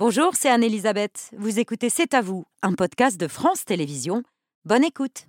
Bonjour, c'est Anne-Elisabeth. Vous écoutez C'est à vous, un podcast de France Télévisions. Bonne écoute.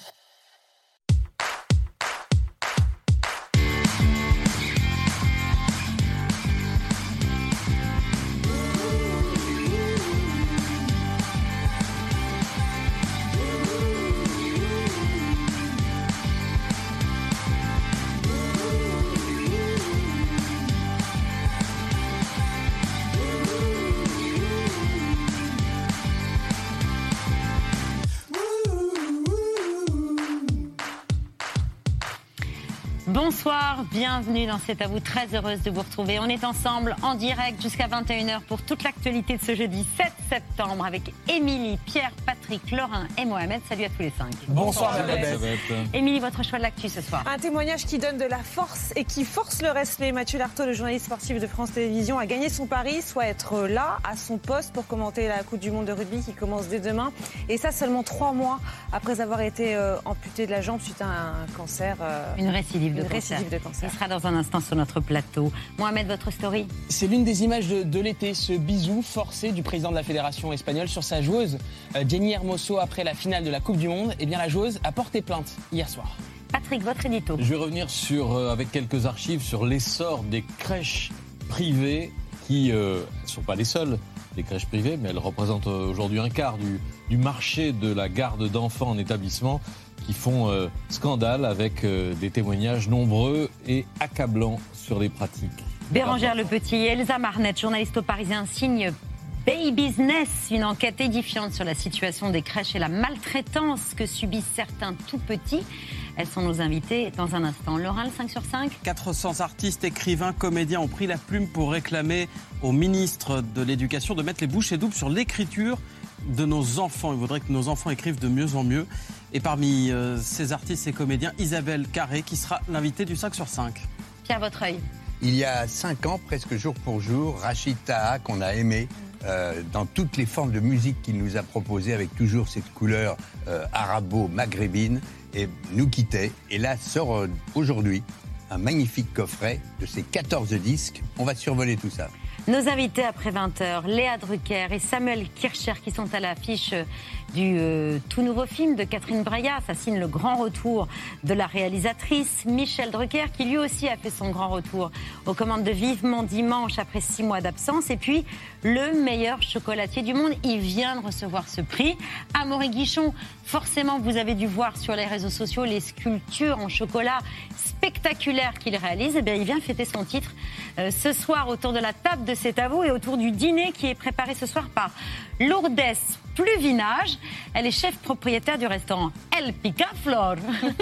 Bonsoir, bienvenue dans C'est à vous, très heureuse de vous retrouver. On est ensemble en direct jusqu'à 21h pour toute l'actualité de ce jeudi 7 septembre avec Émilie, Pierre, Patrick, Laurin et Mohamed. Salut à tous les 5. Bonsoir Elisabeth. Émilie, votre choix de l'actu ce soir. Un témoignage qui donne de la force et qui force le respect. Mathieu Lartaud, le journaliste sportif de France Télévisions, a gagné son pari, soit être là, à son poste, pour commenter la Coupe du Monde de rugby qui commence dès demain. Et ça seulement 3 mois après avoir été amputé de la jambe suite à un cancer. Une récidive de cancer. Il sera dans un instant sur notre plateau. Mohamed, votre story. C'est l'une des images de l'été, ce bisou forcé du président de la Fédération espagnole sur sa joueuse Jenny Hermoso après la finale de la Coupe du Monde. Eh bien, la joueuse a porté plainte hier soir. Patrick, votre édito. Je vais revenir avec quelques archives sur l'essor des crèches privées qui ne sont pas les seules, les crèches privées, mais elles représentent aujourd'hui un quart du marché de la garde d'enfants en établissement, qui font scandale avec des témoignages nombreux et accablants sur les pratiques. Bérangère Lepetit et Elsa Marnette, journaliste au Parisien, signent Baby Business, une enquête édifiante sur la situation des crèches et la maltraitance que subissent certains tout petits. Elles sont nos invités dans un instant. Laurent, le 5 sur 5. 400 artistes, écrivains, comédiens ont pris la plume pour réclamer au ministre de l'Éducation de mettre les bouchées doubles sur l'écriture de nos enfants. Il faudrait que nos enfants écrivent de mieux en mieux. Et parmi ces artistes et comédiens, Isabelle Carré, qui sera l'invitée du 5 sur 5. Pierre Vautreul. Il y a 5 ans, presque jour pour jour, Rachid Taha, qu'on a aimé dans toutes les formes de musique qu'il nous a proposées, avec toujours cette couleur arabo-maghrébine, et nous quittait. Et là sort aujourd'hui un magnifique coffret de ses 14 disques. On va survoler tout ça. Nos invités après 20h, Léa Drucker et Samuel Kircher, qui sont à l'affiche du tout nouveau film de Catherine Breillat. Ça signe le grand retour de la réalisatrice Michel Drucker, qui lui aussi a fait son grand retour aux commandes de Vivement Dimanche après 6 mois d'absence. Et puis, le meilleur chocolatier du monde, il vient de recevoir ce prix. Amaury Guichon, forcément, vous avez dû voir sur les réseaux sociaux les sculptures en chocolat spectaculaires qu'il réalise. Eh bien, il vient fêter son titre ce soir autour de la table de C'est à vous et autour du dîner qui est préparé ce soir par Lourdes Pluvinage. Elle est chef propriétaire du restaurant El Picaflor.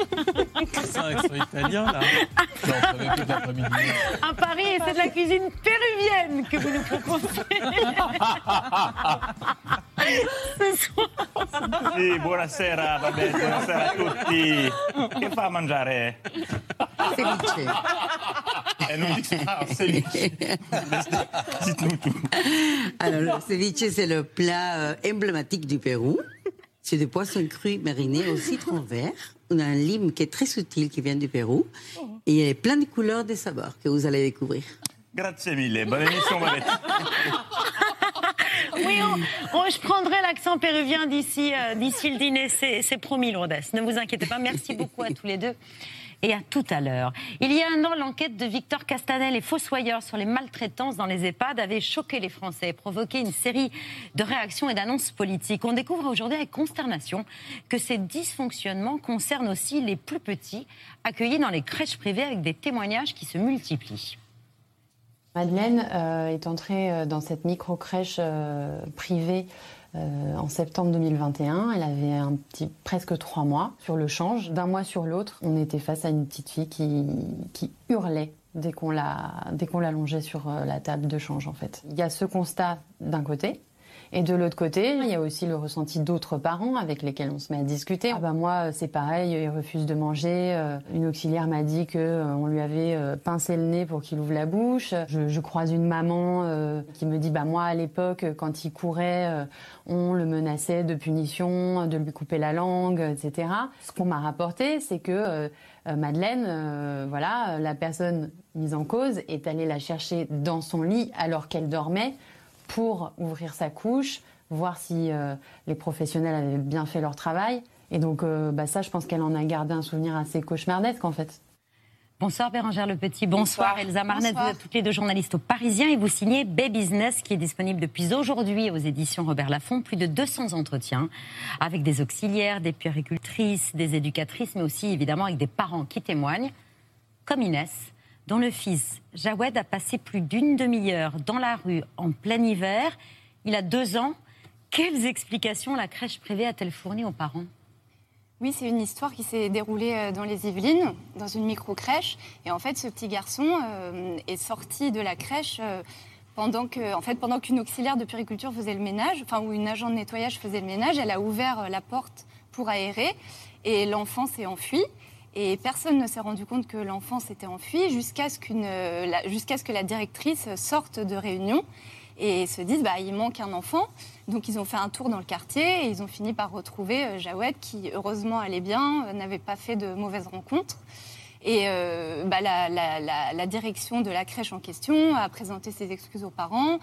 C'est un accent italien, là. À Paris, et c'est de la cuisine péruvienne que vous nous proposez. Ce soir. Sì, buonasera, vabbè, buonasera a tutti. Che fa a mangiare? Ceviche. Non dico ceviche. Dites-nous tout. Alors, le ceviche, c'est le plat emblématique du Pérou. C'est des poissons crus marinés au citron vert. On a un lime qui est très subtil, qui vient du Pérou. Et il y a plein de couleurs, de saveurs que vous allez découvrir. Grazie mille. Bonne émission, Babette. Oui, je prendrai l'accent péruvien d'ici le dîner, c'est promis, Lourdes. Ne vous inquiétez pas, merci beaucoup à tous les deux. Et à tout à l'heure. Il y a un an, l'enquête de Victor Castanel et Fossoyeur sur les maltraitances dans les EHPAD avait choqué les Français et provoqué une série de réactions et d'annonces politiques. On découvre aujourd'hui avec consternation que ces dysfonctionnements concernent aussi les plus petits, accueillis dans les crèches privées avec des témoignages qui se multiplient. Madeleine est entrée dans cette micro-crèche privée en septembre 2021. Elle avait presque 3 mois. Sur le change, d'un mois sur l'autre, on était face à une petite fille qui hurlait dès qu'on l'allongeait sur la table de change, en fait. Il y a ce constat d'un côté. Et de l'autre côté, il y a aussi le ressenti d'autres parents avec lesquels on se met à discuter. Moi, c'est pareil, il refuse de manger. Une auxiliaire m'a dit qu'on lui avait pincé le nez pour qu'il ouvre la bouche. Je croise une maman qui me dit moi, à l'époque, quand il courait, on le menaçait de punition, de lui couper la langue, etc. Ce qu'on m'a rapporté, c'est que Madeleine, la personne mise en cause est allée la chercher dans son lit alors qu'elle dormait pour ouvrir sa couche, voir si les professionnels avaient bien fait leur travail. Et donc ça, je pense qu'elle en a gardé un souvenir assez cauchemardesque en fait. Bonsoir Bérengère Le Petit, bonsoir Elsa Marnet, vous êtes toutes les deux journalistes au Parisien et vous signez B-Business qui est disponible depuis aujourd'hui aux éditions Robert Laffont. Plus de 200 entretiens avec des auxiliaires, des puéricultrices, des éducatrices, mais aussi évidemment avec des parents qui témoignent, comme Inès, dont le fils Jawed a passé plus d'une demi-heure dans la rue en plein hiver. Il a 2 ans. Quelles explications la crèche privée a-t-elle fournies aux parents ? Oui, c'est une histoire qui s'est déroulée dans les Yvelines, dans une micro-crèche. Et en fait, ce petit garçon est sorti de la crèche pendant qu'une auxiliaire de puériculture faisait le ménage, ou une agent de nettoyage faisait le ménage. Elle a ouvert la porte pour aérer et l'enfant s'est enfui. Et personne ne s'est rendu compte que l'enfant s'était enfui jusqu'à ce que la directrice sorte de réunion et se disent il manque un enfant. Donc ils ont fait un tour dans le quartier et ils ont fini par retrouver Jawed qui heureusement allait bien, n'avait pas fait de mauvaises rencontres. Et la direction de la crèche en question a présenté ses excuses aux parents.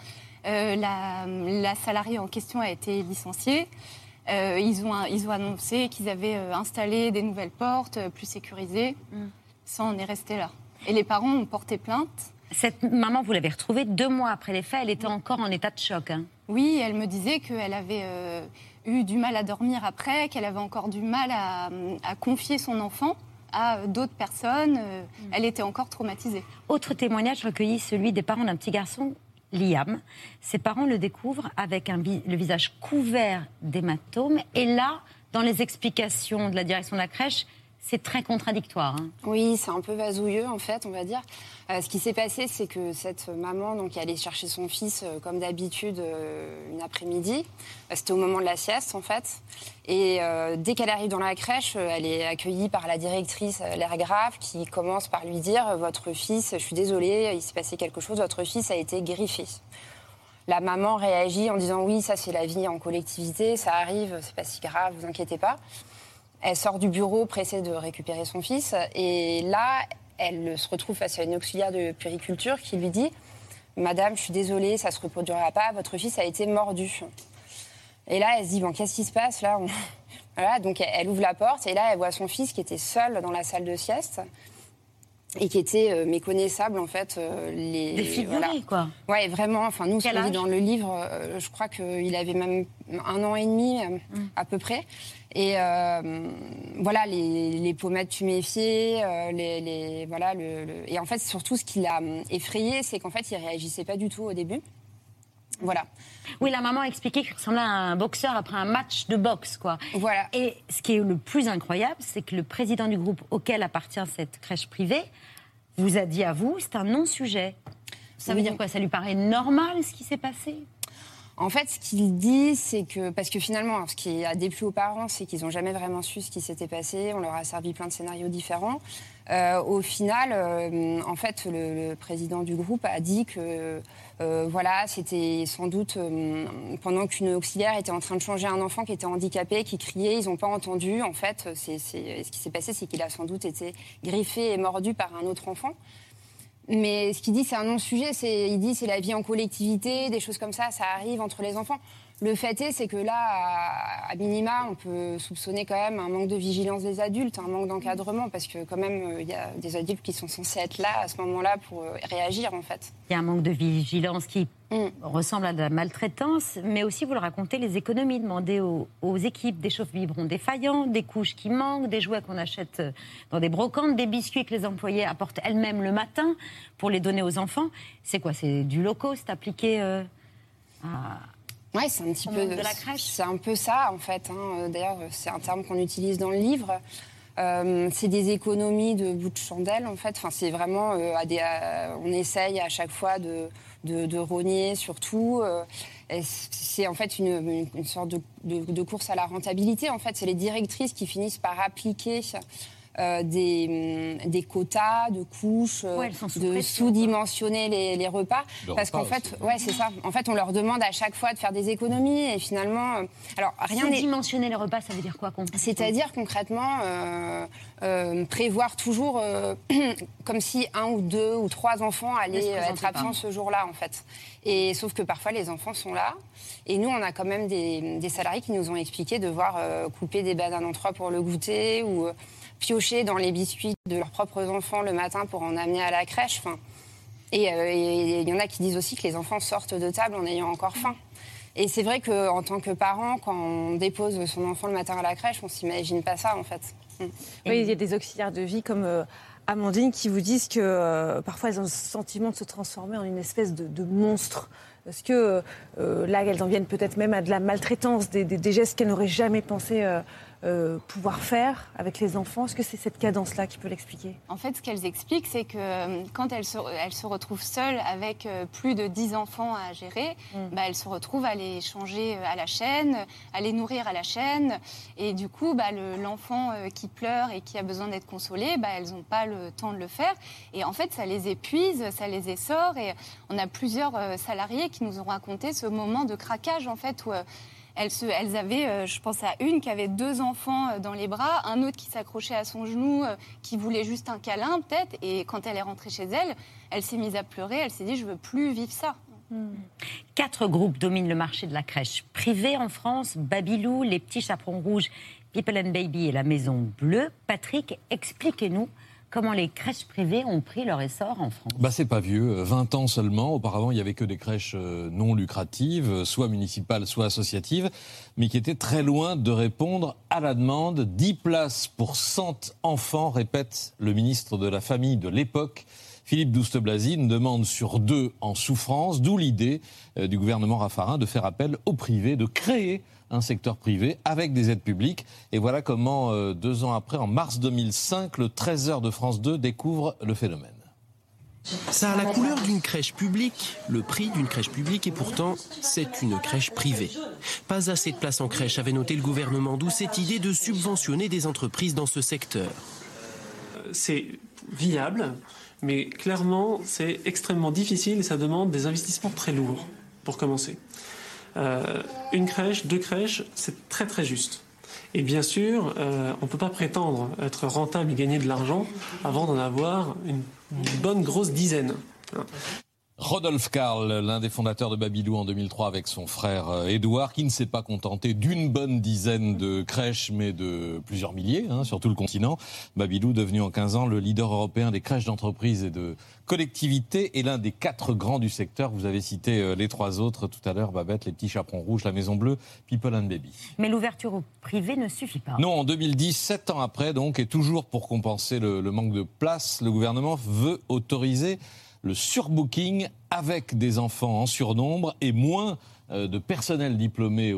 La salariée en question a été licenciée. Ils ont annoncé qu'ils avaient installé des nouvelles portes plus sécurisées. Ça en est resté là. Et les parents ont porté plainte. Cette maman, vous l'avez retrouvée 2 mois après les faits, elle était encore en état de choc. Oui, elle me disait qu'elle avait eu du mal à dormir après, qu'elle avait encore du mal à confier son enfant à d'autres personnes. Elle était encore traumatisée. Autre témoignage recueilli, celui des parents d'un petit garçon, Liam. Ses parents le découvrent avec le visage couvert d'hématomes. Et là, dans les explications de la direction de la crèche, c'est très contradictoire. Oui, c'est un peu vasouilleux, en fait, on va dire. Ce qui s'est passé, c'est que cette maman est allée chercher son fils, comme d'habitude, une après-midi. C'était au moment de la sieste, en fait. Et dès qu'elle arrive dans la crèche, elle est accueillie par la directrice, l'air grave, qui commence par lui dire « Votre fils, je suis désolée, il s'est passé quelque chose, votre fils a été griffé ». La maman réagit en disant « Oui, ça c'est la vie en collectivité, ça arrive, c'est pas si grave, vous inquiétez pas ». Elle sort du bureau pressée de récupérer son fils et là, elle se retrouve face à une auxiliaire de puériculture qui lui dit « Madame, je suis désolée, ça ne se reproduira pas, votre fils a été mordu ». Et là, elle se dit « Bon, qu'est-ce qui se passe là ?» Voilà, donc elle ouvre la porte et là, elle voit son fils qui était seul dans la salle de sieste et qui était méconnaissable, en fait. Défiguré, quoi. Ouais, vraiment. Enfin, nous, ce qu'on dit dans le livre, je crois qu'il avait même 1 an et demi, à peu près. Et les pommettes tuméfiées, et en fait, surtout, ce qui l'a effrayé, c'est qu'en fait, il réagissait pas du tout au début. Voilà. Oui, la maman a expliqué qu'il ressemblait à un boxeur après un match de boxe, quoi. Voilà. Et ce qui est le plus incroyable, c'est que le président du groupe auquel appartient cette crèche privée vous a dit à vous, c'est un non-sujet. Ça veut dire quoi ? Ça lui paraît normal, ce qui s'est passé ? En fait, ce qu'il dit, c'est que... Parce que finalement, ce qui a déplu aux parents, c'est qu'ils n'ont jamais vraiment su ce qui s'était passé. On leur a servi plein de scénarios différents. Au final, en fait, le président du groupe a dit que... c'était sans doute pendant qu'une auxiliaire était en train de changer un enfant qui était handicapé, qui criait, ils n'ont pas entendu. En fait, ce qui s'est passé, c'est qu'il a sans doute été griffé et mordu par un autre enfant. Mais ce qu'il dit, c'est un non-sujet. Il dit c'est la vie en collectivité, des choses comme ça arrive entre les enfants. Le fait est, c'est que là, à minima, on peut soupçonner quand même un manque de vigilance des adultes, un manque d'encadrement, parce que quand même, il y a des adultes qui sont censés être là, à ce moment-là, pour réagir, en fait. Il y a un manque de vigilance qui ressemble à de la maltraitance, mais aussi, vous le racontez, les économies demandées aux équipes, des chauffe-biberons défaillants, des couches qui manquent, des jouets qu'on achète dans des brocantes, des biscuits que les employés apportent elles-mêmes le matin pour les donner aux enfants. C'est quoi ? C'est du low cost appliqué à... Oui, c'est un petit peu de la crèche. C'est un peu ça, en fait. D'ailleurs, c'est un terme qu'on utilise dans le livre. C'est des économies de bout de chandelle, en fait. Enfin, c'est vraiment... on essaye à chaque fois de rogner sur tout. C'est en fait une sorte de course à la rentabilité. En fait, c'est les directrices qui finissent par appliquer des quotas de couches, de sous-dimensionner les repas. Parce qu'en fait, c'est ça. En fait, on leur demande à chaque fois de faire des économies et finalement, alors rien n'est sous-dimensionner les repas, ça veut dire quoi concrètement ? C'est-à-dire concrètement prévoir toujours comme si 1 ou 2 ou 3 enfants allaient être absents ce jour-là, en fait. Et sauf que parfois les enfants sont là. Et nous, on a quand même des salariés qui nous ont expliqué devoir couper des bananes en 3 pour le goûter ou piocher dans les biscuits de leurs propres enfants le matin pour en amener à la crèche. Et il y en a qui disent aussi que les enfants sortent de table en ayant encore faim. Et c'est vrai qu'en tant que parent, quand on dépose son enfant le matin à la crèche, on ne s'imagine pas ça, en fait. Oui, il y a des auxiliaires de vie comme Amandine qui vous disent que parfois elles ont le sentiment de se transformer en une espèce de monstre. Parce que là, elles en viennent peut-être même à de la maltraitance, des gestes qu'elles n'auraient jamais pensé pouvoir faire avec les enfants. Est-ce que c'est cette cadence-là qui peut l'expliquer ? En fait, ce qu'elles expliquent, c'est que quand elles se retrouvent seules avec plus de 10 enfants à gérer, elles se retrouvent à les changer à la chaîne, à les nourrir à la chaîne. Et du coup, l'enfant qui pleure et qui a besoin d'être consolé, elles n'ont pas le temps de le faire. Et en fait, ça les épuise, ça les essore. Et on a plusieurs salariés qui nous ont raconté ce moment de craquage, en fait, où elles avaient, je pense à une qui avait 2 enfants dans les bras, un autre qui s'accrochait à son genou, qui voulait juste un câlin peut-être. Et quand elle est rentrée chez elle, elle s'est mise à pleurer, elle s'est dit « je veux plus vivre ça ». 4 groupes dominent le marché de la crèche privée en France. Babylou, les petits chaperons rouges, People and Baby et la Maison Bleue. Patrick, expliquez-nous comment les crèches privées ont pris leur essor en France. C'est pas vieux, 20 ans seulement. Auparavant, il n'y avait que des crèches non lucratives, soit municipales, soit associatives, mais qui étaient très loin de répondre à la demande. 10 places pour 100 enfants, répète le ministre de la Famille de l'époque. Philippe Douste-Blazy, une demande sur 2 en souffrance, d'où l'idée du gouvernement Raffarin de faire appel au privé, de créer un secteur privé avec des aides publiques. Et voilà comment, 2 ans après, en mars 2005, le 13h de France 2 découvre le phénomène. Ça a la couleur d'une crèche publique, le prix d'une crèche publique, et pourtant, c'est une crèche privée. Pas assez de place en crèche, avait noté le gouvernement, d'où cette idée de subventionner des entreprises dans ce secteur. C'est viable, mais clairement, c'est extrêmement difficile et ça demande des investissements très lourds, pour commencer. 1 crèche, 2 crèches, c'est très très juste. Et bien sûr, on ne peut pas prétendre être rentable et gagner de l'argent avant d'en avoir une bonne grosse dizaine. Rodolphe Karl, l'un des fondateurs de Babylou en 2003 avec son frère Édouard, qui ne s'est pas contenté d'une bonne dizaine de crèches, mais de plusieurs milliers sur tout le continent. Babylou, devenu en 15 ans le leader européen des crèches d'entreprise et de collectivités, et l'un des 4 grands du secteur. Vous avez cité les 3 autres tout à l'heure, Babette, les petits chaperons rouges, la Maison Bleue, People and Baby. Mais l'ouverture au privé ne suffit pas. Non, en 2010, 7 ans après donc, et toujours pour compenser le manque de place, le gouvernement veut autoriser le surbooking avec des enfants en surnombre et moins de personnel diplômé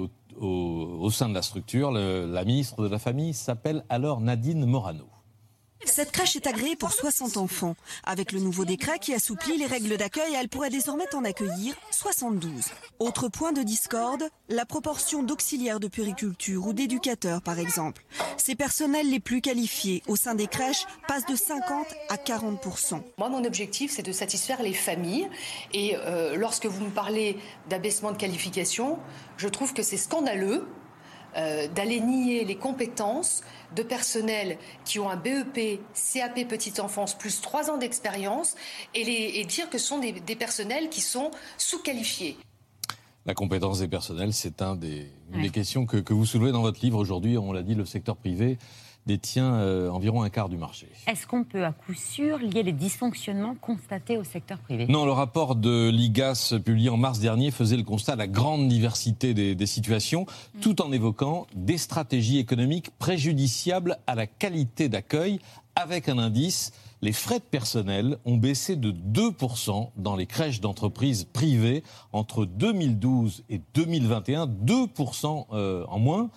au sein de la structure. La ministre de la Famille s'appelle alors Nadine Morano. Cette crèche est agréée pour 60 enfants. Avec le nouveau décret qui assouplit les règles d'accueil, elle pourrait désormais en accueillir 72. Autre point de discorde, la proportion d'auxiliaires de puériculture ou d'éducateurs par exemple. Ces personnels les plus qualifiés au sein des crèches passent de 50 à 40%. Moi, mon objectif, c'est de satisfaire les familles. Et lorsque vous me parlez d'abaissement de qualification, je trouve que c'est scandaleux d'aller nier les compétences de personnels qui ont un BEP, CAP petite enfance plus 3 ans d'expérience et dire que ce sont des personnels qui sont sous-qualifiés. La compétence des personnels, c'est une des questions que vous soulevez dans votre livre aujourd'hui. On l'a dit, le secteur privé détient environ un quart du marché. Est-ce qu'on peut à coup sûr lier les dysfonctionnements constatés au secteur privé ? Non, le rapport de l'IGAS publié en mars dernier faisait le constat de la grande diversité des situations, tout en évoquant des stratégies économiques préjudiciables à la qualité d'accueil, avec un indice: les frais de personnel ont baissé de 2% dans les crèches d'entreprises privées entre 2012 et 2021, 2% en moins.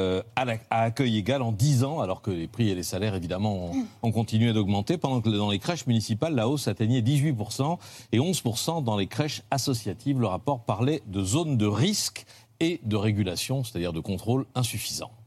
À accueil égal en 10 ans, alors que les prix et les salaires, évidemment, ont continué d'augmenter, pendant que dans les crèches municipales, la hausse atteignait 18% et 11% dans les crèches associatives. Le rapport parlait de zones de risque et de régulation, c'est-à-dire de contrôle insuffisant.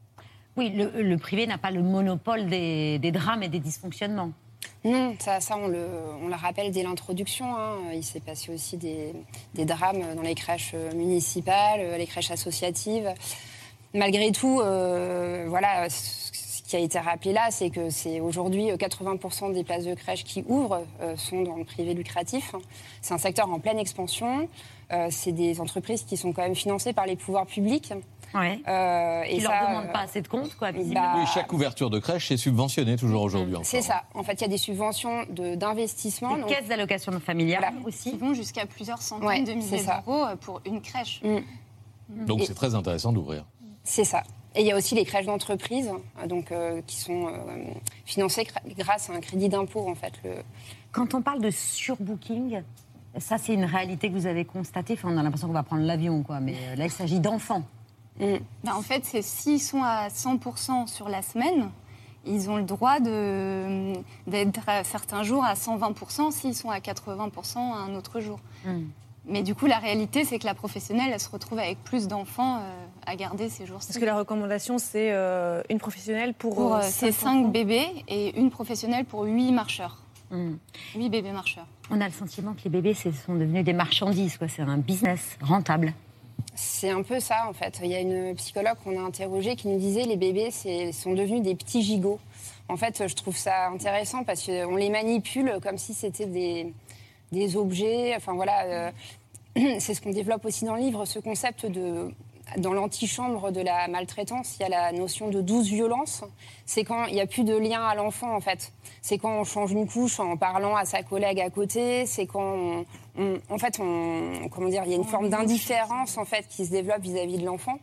Oui, le privé n'a pas le monopole des drames et des dysfonctionnements. Non, ça on le rappelle dès l'introduction. Hein. Il s'est passé aussi des drames dans les crèches municipales, les crèches associatives. Malgré tout, voilà, ce qui a été rappelé là, c'est que c'est aujourd'hui 80% des places de crèche qui ouvrent sont dans le privé lucratif. C'est un secteur en pleine expansion. C'est des entreprises qui sont quand même financées par les pouvoirs publics. Ouais. Et qui ça, leur demandent pas assez de comptes, quoi, visiblement. Oui, chaque ouverture de crèche est subventionnée toujours aujourd'hui. C'est ça. En fait, il y a des subventions d'investissement. Des caisses d'allocation familiale aussi. Qui vont jusqu'à plusieurs centaines de milliers d'euros pour une crèche. Donc c'est très intéressant d'ouvrir. C'est ça. Et il y a aussi les crèches d'entreprise, donc, qui sont financées grâce à un crédit d'impôt, en fait. Quand on parle de surbooking, ça, c'est une réalité que vous avez constatée. Enfin, on a l'impression qu'on va prendre l'avion, quoi. Mais là, il s'agit d'enfants. Ben, en fait, s'ils sont à 100% sur la semaine, ils ont le droit d'être certains jours à 120% s'ils sont à 80% un autre jour. Mais du coup, la réalité, c'est que la professionnelle, elle se retrouve avec plus d'enfants à garder ces jours-ci. Parce que la recommandation, c'est une professionnelle pour c'est 5 bébés et une professionnelle pour 8 marcheurs. 8 bébés marcheurs. On a le sentiment que les bébés sont devenus des marchandises, quoi. C'est un business rentable. C'est un peu ça, en fait. Il y a une psychologue qu'on a interrogée qui nous disait les bébés sont devenus des petits gigots. En fait, je trouve ça intéressant parce qu'on les manipule comme si c'était des objets. Enfin, voilà, c'est ce qu'on développe aussi dans le livre, ce concept dans l'antichambre de la maltraitance, il y a la notion de douce violence. C'est quand il n'y a plus de lien à l'enfant, en fait. C'est quand on change une couche en parlant à sa collègue à côté. C'est quand comment dire, il y a une forme d'indifférence, en fait, qui se développe vis-à-vis de l'enfant.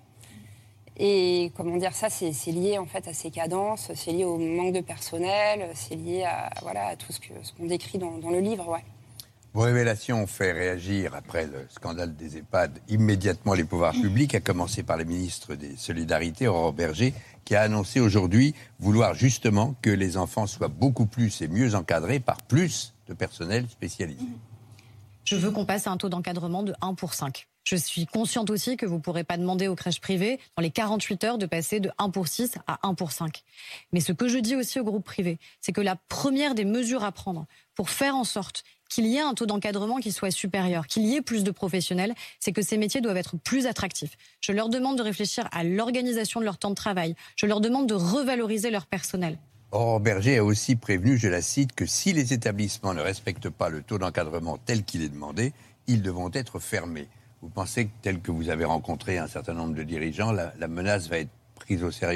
Et comment dire, ça, c'est lié, en fait, à ces cadences, c'est lié au manque de personnel, c'est lié à tout ce qu'on décrit dans le livre, ouais. Vos révélations ont fait réagir, après le scandale des EHPAD, immédiatement les pouvoirs publics, à commencer par le ministre des Solidarités, Aurore Bergé, qui a annoncé aujourd'hui vouloir justement que les enfants soient beaucoup plus et mieux encadrés par plus de personnel spécialisé. Je veux qu'on passe à un taux d'encadrement de 1 pour 5. Je suis consciente aussi que vous ne pourrez pas demander aux crèches privées, dans les 48 heures, de passer de 1 pour 6 à 1 pour 5. Mais ce que je dis aussi aux groupes privés, c'est que la première des mesures à prendre pour faire en sorte qu'il y ait un taux d'encadrement qui soit supérieur, qu'il y ait plus de professionnels, c'est que ces métiers doivent être plus attractifs. Je leur demande de réfléchir à l'organisation de leur temps de travail. Je leur demande de revaloriser leur personnel. Aurore Bergé a aussi prévenu, je la cite, que si les établissements ne respectent pas le taux d'encadrement tel qu'il est demandé, ils devront être fermés. Vous pensez que, tel que vous avez rencontré un certain nombre de dirigeants, la menace va être prise au sérieux ?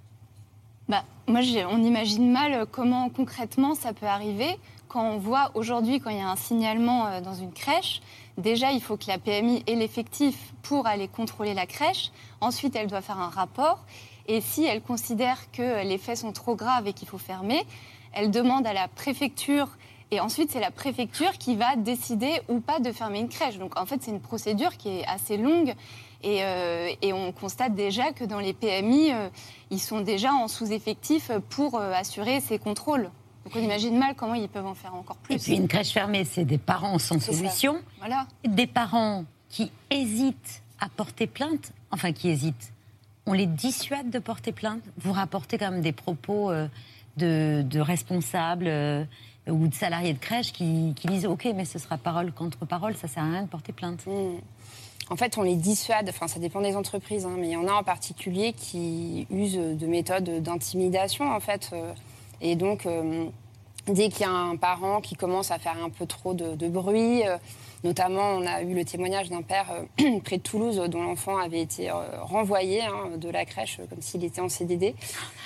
Moi, on imagine mal comment concrètement ça peut arriver. Quand on voit aujourd'hui, quand il y a un signalement dans une crèche, déjà, il faut que la PMI ait l'effectif pour aller contrôler la crèche. Ensuite, elle doit faire un rapport. Et si elle considère que les faits sont trop graves et qu'il faut fermer, elle demande à la préfecture. Et ensuite, c'est la préfecture qui va décider ou pas de fermer une crèche. Donc, en fait, c'est une procédure qui est assez longue. Et on constate déjà que dans les PMI, ils sont déjà en sous-effectif pour assurer ces contrôles. Donc on imagine mal comment ils peuvent en faire encore plus. Et puis une crèche fermée, c'est des parents sans solution. Voilà. Des parents qui hésitent à porter plainte, enfin qui hésitent. On les dissuade de porter plainte. Vous rapportez quand même des propos de responsables ou de salariés de crèche qui disent « Ok, mais ce sera parole contre parole, ça sert à rien de porter plainte. En fait, on les dissuade, enfin ça dépend des entreprises, mais il y en a en particulier qui usent de méthodes d'intimidation, en fait. Et donc, dès qu'il y a un parent qui commence à faire un peu trop de bruit, notamment on a eu le témoignage d'un père près de Toulouse dont l'enfant avait été renvoyé de la crèche comme s'il était en CDD,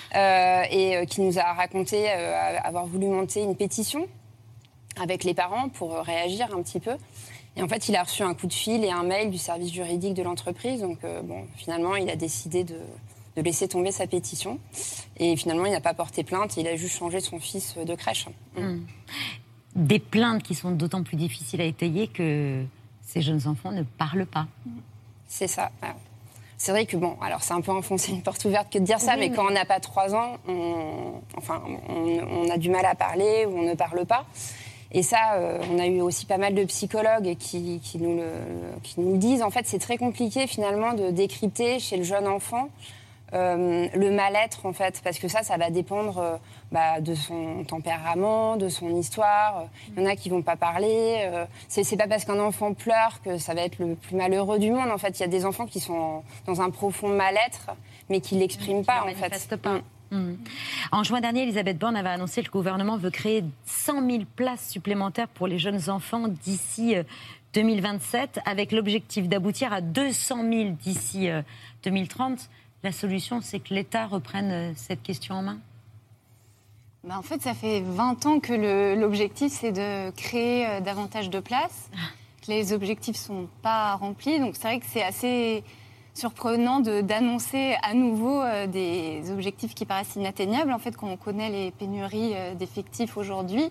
et qui nous a raconté avoir voulu monter une pétition avec les parents pour réagir un petit peu. Et en fait, il a reçu un coup de fil et un mail du service juridique de l'entreprise. Donc, finalement, il a décidé de laisser tomber sa pétition. Et finalement, il n'a pas porté plainte. Il a juste changé son fils de crèche. Des plaintes qui sont d'autant plus difficiles à étayer que ces jeunes enfants ne parlent pas. C'est ça. C'est vrai que, alors c'est un peu enfoncer une porte ouverte que de dire ça, mais quand on n'a pas 3 ans, on a du mal à parler ou on ne parle pas. Et ça, on a eu aussi pas mal de psychologues qui nous le disent. En fait, c'est très compliqué, finalement, de décrypter chez le jeune enfant le mal-être, en fait, parce que ça va dépendre de son tempérament, de son histoire. Il y en a qui vont pas parler. C'est pas parce qu'un enfant pleure que ça va être le plus malheureux du monde. En fait, il y a des enfants qui sont dans un profond mal-être, mais qui l'expriment pas, en fait. Pas. En juin dernier, Elisabeth Borne avait annoncé que le gouvernement veut créer 100 000 places supplémentaires pour les jeunes enfants d'ici 2027, avec l'objectif d'aboutir à 200 000 d'ici 2030. La solution, c'est que l'État reprenne cette question en main ? En fait, ça fait 20 ans que l'objectif, c'est de créer davantage de places. Les objectifs ne sont pas remplis, donc c'est vrai que c'est assez surprenant d'annoncer à nouveau des objectifs qui paraissent inatteignables, en fait, quand on connaît les pénuries d'effectifs aujourd'hui.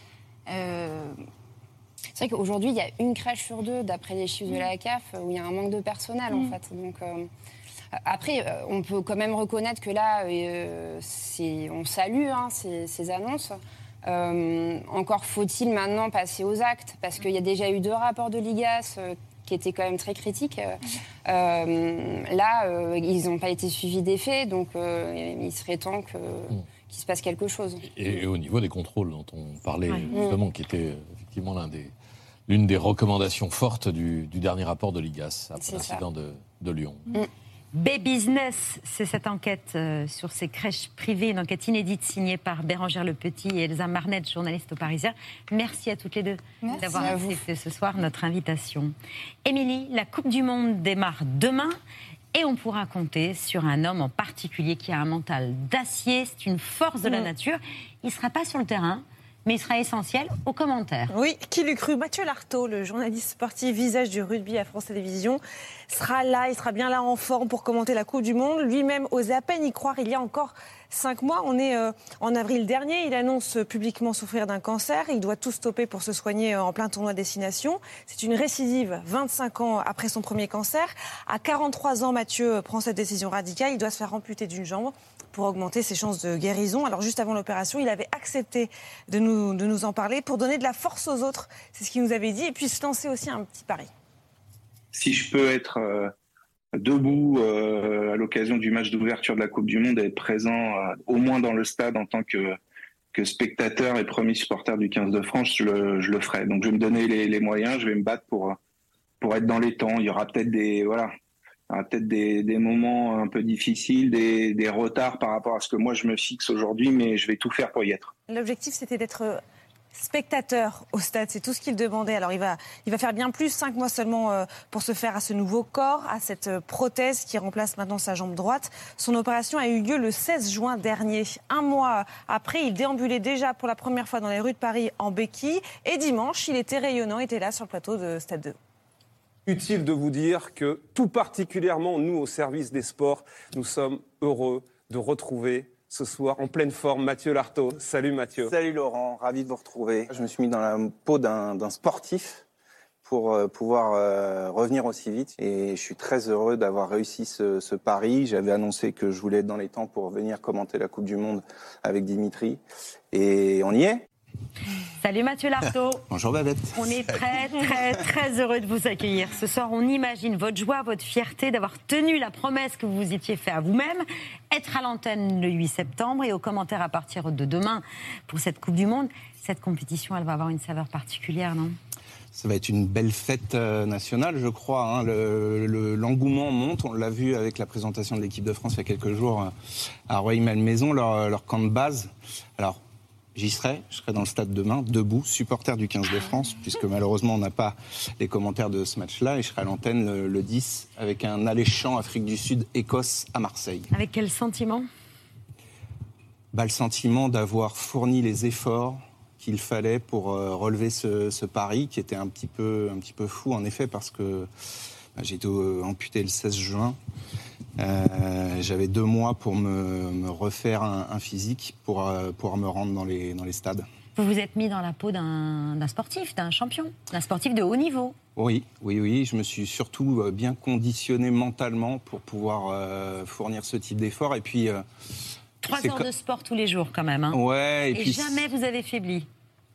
C'est vrai qu'aujourd'hui, il y a une crèche sur 2, d'après les chiffres de la CAF, où il y a un manque de personnel, en fait. Donc, après, on peut quand même reconnaître que là, on salue ces annonces. Encore faut-il maintenant passer aux actes, parce qu'il y a déjà eu 2 rapports de l'IGAS qui étaient quand même très critiques. Là, ils n'ont pas été suivis des faits, donc il serait temps qu'il se passe quelque chose. Et au niveau des contrôles dont on parlait, justement, qui était effectivement l'une des recommandations fortes du dernier rapport de l'IGAS après l'incident de Lyon. B-Business, c'est cette enquête sur ces crèches privées, une enquête inédite signée par Bérengère Lepetit et Elsa Marnette, journaliste au Parisien. Merci à toutes les deux d'avoir accepté ce soir notre invitation. Émilie, la Coupe du Monde démarre demain et on pourra compter sur un homme en particulier qui a un mental d'acier, c'est une force de la nature. Il ne sera pas sur le terrain, mais il sera essentiel aux commentaires. Oui, qui l'eût cru ? Mathieu Lartaud, le journaliste sportif visage du rugby à France Télévisions, sera là, il sera bien là en forme pour commenter la Coupe du Monde. Lui-même osait à peine y croire il y a encore 5 mois. On est en avril dernier, il annonce publiquement souffrir d'un cancer. Il doit tout stopper pour se soigner en plein tournoi Destination. C'est une récidive 25 ans après son premier cancer. À 43 ans, Mathieu prend cette décision radicale. Il doit se faire amputer d'une jambe pour augmenter ses chances de guérison. Alors juste avant l'opération, il avait accepté de nous en parler pour donner de la force aux autres. C'est ce qu'il nous avait dit. Et puis se lancer aussi un petit pari. Si je peux être debout à l'occasion du match d'ouverture de la Coupe du Monde et être présent au moins dans le stade en tant que spectateur et premier supporter du 15 de France, je le ferai. Donc je vais me donner les moyens, je vais me battre pour être dans les temps. Il y aura peut-être des moments un peu difficiles, des retards par rapport à ce que moi je me fixe aujourd'hui, mais je vais tout faire pour y être. L'objectif, c'était d'être spectateur au stade, c'est tout ce qu'il demandait. Alors il va faire bien plus, 5 mois seulement pour se faire à ce nouveau corps, à cette prothèse qui remplace maintenant sa jambe droite. Son opération a eu lieu le 16 juin dernier. 1 mois après, il déambulait déjà pour la première fois dans les rues de Paris en béquille. Et dimanche, il était rayonnant, était là sur le plateau de Stade 2. Utile de vous dire que tout particulièrement, nous, au service des sports, nous sommes heureux de retrouver ce soir en pleine forme Mathieu Lartaud. Salut Mathieu. Salut Laurent, ravi de vous retrouver. Je me suis mis dans la peau d'un sportif pour pouvoir revenir aussi vite. Et je suis très heureux d'avoir réussi ce pari. J'avais annoncé que je voulais être dans les temps pour venir commenter la Coupe du Monde avec Dimitri. Et on y est. Salut Mathieu Lartaud. Bonjour Babette. On est très heureux de vous accueillir. Ce soir, on imagine votre joie, votre fierté d'avoir tenu la promesse que vous vous étiez fait à vous-même, être à l'antenne le 8 septembre et aux commentaires à partir de demain pour cette Coupe du Monde. Cette compétition, elle va avoir une saveur particulière, non ? Ça va être une belle fête nationale, je crois. Hein. L'engouement monte. On l'a vu avec la présentation de l'équipe de France il y a quelques jours à Rueil-Malmaison, leur camp de base. Alors, je serai dans le stade demain, debout, supporter du 15 de France, puisque malheureusement on n'a pas les commentaires de ce match-là, et je serai à l'antenne le 10 avec un alléchant Afrique du Sud, Écosse à Marseille. Avec quel sentiment ? Le sentiment d'avoir fourni les efforts qu'il fallait pour relever ce pari, qui était un petit peu fou en effet, parce que j'ai été amputé le 16 juin. J'avais 2 mois pour me refaire un physique pour pouvoir me rendre dans les stades. Vous vous êtes mis dans la peau d'un sportif, d'un champion, d'un sportif de haut niveau. Oui. Je me suis surtout bien conditionné mentalement pour pouvoir fournir ce type d'effort. Et puis 3 heures de sport tous les jours quand même. Hein. Ouais. Et puis jamais vous avez faibli.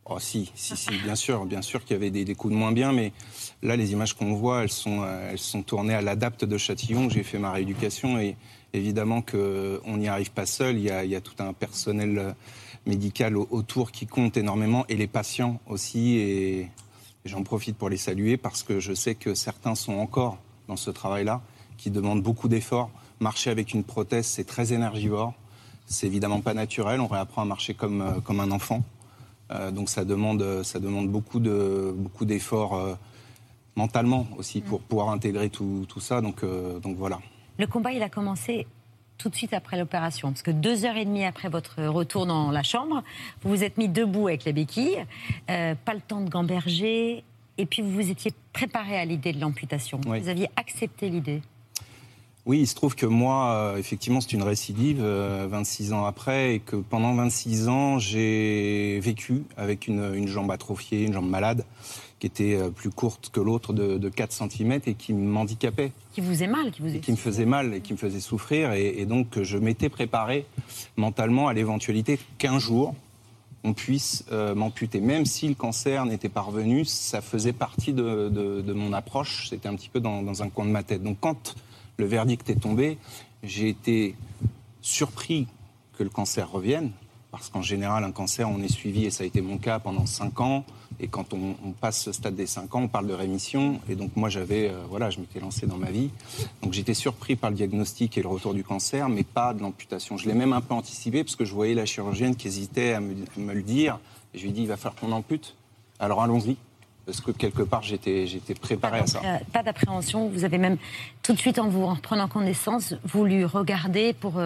Oh si, bien sûr qu'il y avait des coups de moins bien, mais là, les images qu'on voit, elles sont tournées à l'ADAPT de Châtillon, où j'ai fait ma rééducation, et évidemment qu'on n'y arrive pas seul, il y a tout un personnel médical autour qui compte énormément, et les patients aussi, et j'en profite pour les saluer, parce que je sais que certains sont encore dans ce travail-là, qui demandent beaucoup d'efforts. Marcher avec une prothèse, c'est très énergivore, c'est évidemment pas naturel, on réapprend à marcher comme un enfant. Donc ça demande beaucoup d'efforts mentalement aussi pour pouvoir intégrer tout ça. Donc voilà. Le combat, il a commencé tout de suite après l'opération, parce que 2h30 après votre retour dans la chambre, vous vous êtes mis debout avec les béquilles, pas le temps de gamberger, et puis vous vous étiez préparé à l'idée de l'amputation. Oui. Vous aviez accepté l'idée. Oui, il se trouve que moi, effectivement, c'est une récidive 26 ans après, et que pendant 26 ans, j'ai vécu avec une jambe atrophiée, une jambe malade, qui était plus courte que l'autre de 4 cm et qui m'handicapait. Qui vous faisait mal, qui me faisait mal et qui me faisait souffrir. Et donc, je m'étais préparé mentalement à l'éventualité qu'un jour, on puisse m'amputer. Même si le cancer n'était pas revenu, ça faisait partie de mon approche. C'était un petit peu dans un coin de ma tête. Donc, quand le verdict est tombé, j'ai été surpris que le cancer revienne, parce qu'en général, un cancer, on est suivi, et ça a été mon cas pendant 5 ans, et quand on passe ce stade des 5 ans, on parle de rémission, et donc moi, je m'étais lancé dans ma vie, donc j'étais surpris par le diagnostic et le retour du cancer, mais pas de l'amputation. Je l'ai même un peu anticipé, parce que je voyais la chirurgienne qui hésitait à me le dire, et je lui ai dit, il va falloir qu'on ampute, alors allons-y. Parce que quelque part, j'étais préparé à ça. Pas d'appréhension. Vous avez même, tout de suite, en prenant connaissance, voulu regarder pour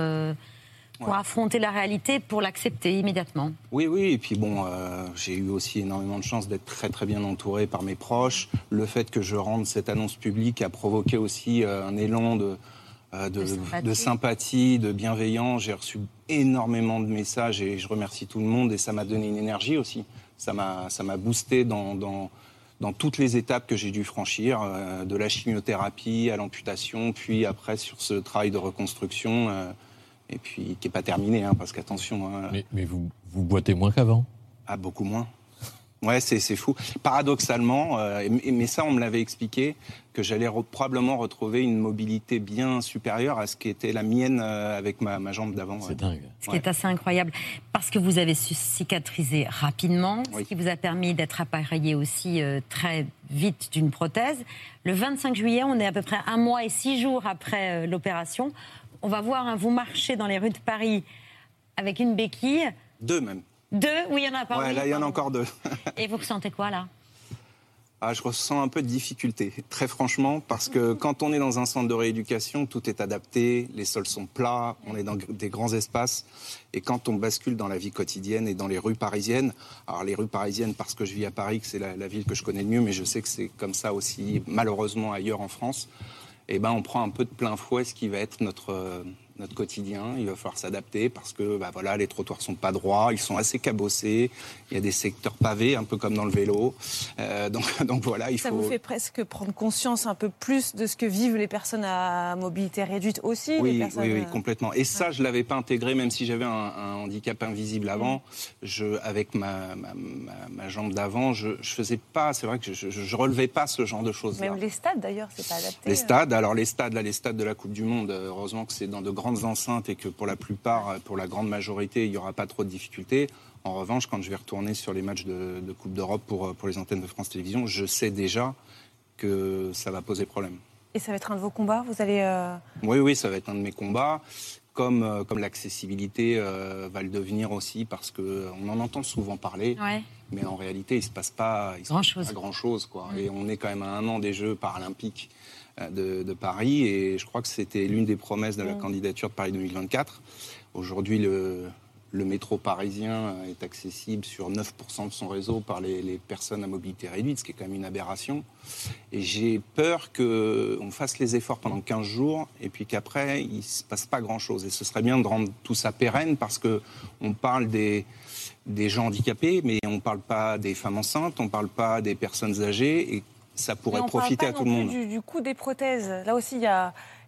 affronter la réalité, pour l'accepter immédiatement. Oui. Et puis bon, j'ai eu aussi énormément de chance d'être très, très bien entouré par mes proches. Le fait que je rende cette annonce publique a provoqué aussi un élan de sympathie, de bienveillance. J'ai reçu énormément de messages et je remercie tout le monde. Et ça m'a donné une énergie aussi. Ça m'a boosté dans toutes les étapes que j'ai dû franchir, de la chimiothérapie à l'amputation, puis après sur ce travail de reconstruction, et puis qui n'est pas terminé, parce qu'attention... Mais vous boitez moins qu'avant ? Ah, beaucoup moins. Ouais, c'est fou. Paradoxalement, mais ça on me l'avait expliqué, que j'allais probablement retrouver une mobilité bien supérieure à ce qui était la mienne avec ma jambe d'avant. C'est dingue. Ce qui est assez incroyable, parce que vous avez su cicatriser rapidement, ce qui vous a permis d'être appareillé aussi très vite d'une prothèse. Le 25 juillet, on est à peu près 1 mois et 6 jours après l'opération. On va voir, vous marcher dans les rues de Paris avec une béquille. 2 même. 2, oui, il y en a pas. Ouais, là, il y en a encore 2. Et vous ressentez quoi, là ? Je ressens un peu de difficulté, très franchement, parce que quand on est dans un centre de rééducation, tout est adapté, les sols sont plats, on est dans des grands espaces. Et quand on bascule dans la vie quotidienne et dans les rues parisiennes, alors les rues parisiennes, parce que je vis à Paris, que c'est la ville que je connais le mieux, mais je sais que c'est comme ça aussi, malheureusement, ailleurs en France, on prend un peu de plein fouet ce qui va être notre quotidien. Il va falloir s'adapter parce que les trottoirs sont pas droits, ils sont assez cabossés, il y a des secteurs pavés, un peu comme dans le vélo. Donc voilà, il faut... Ça vous fait presque prendre conscience un peu plus de ce que vivent les personnes à mobilité réduite aussi. Oui, complètement. Et ça, je l'avais pas intégré, même si j'avais un handicap invisible avant. Avec ma jambe d'avant, je faisais pas, c'est vrai que je relevais pas ce genre de choses-là. Même les stades d'ailleurs, c'est pas adapté. Les stades de la Coupe du Monde, heureusement que c'est dans de grandes enceintes et que pour la plupart, pour la grande majorité, il n'y aura pas trop de difficultés. En revanche, quand je vais retourner sur les matchs de Coupe d'Europe pour les antennes de France Télévisions, je sais déjà que ça va poser problème. Et ça va être un de vos combats ? Vous allez... Oui, ça va être un de mes combats. Comme l'accessibilité va le devenir aussi, parce qu'on en entend souvent parler, mais en réalité, il ne se passe pas grand-chose. Et on est quand même à 1 an des Jeux paralympiques de Paris, et je crois que c'était l'une des promesses de la candidature de Paris 2024. Aujourd'hui, le métro parisien est accessible sur 9% de son réseau par les personnes à mobilité réduite, ce qui est quand même une aberration. Et j'ai peur qu'on fasse les efforts pendant 15 jours et puis qu'après, il ne se passe pas grand-chose. Et ce serait bien de rendre tout ça pérenne, parce qu'on parle des gens handicapés, mais on ne parle pas des femmes enceintes, on ne parle pas des personnes âgées, et ça pourrait profiter à tout le monde. Du coût des prothèses. Là aussi, il y a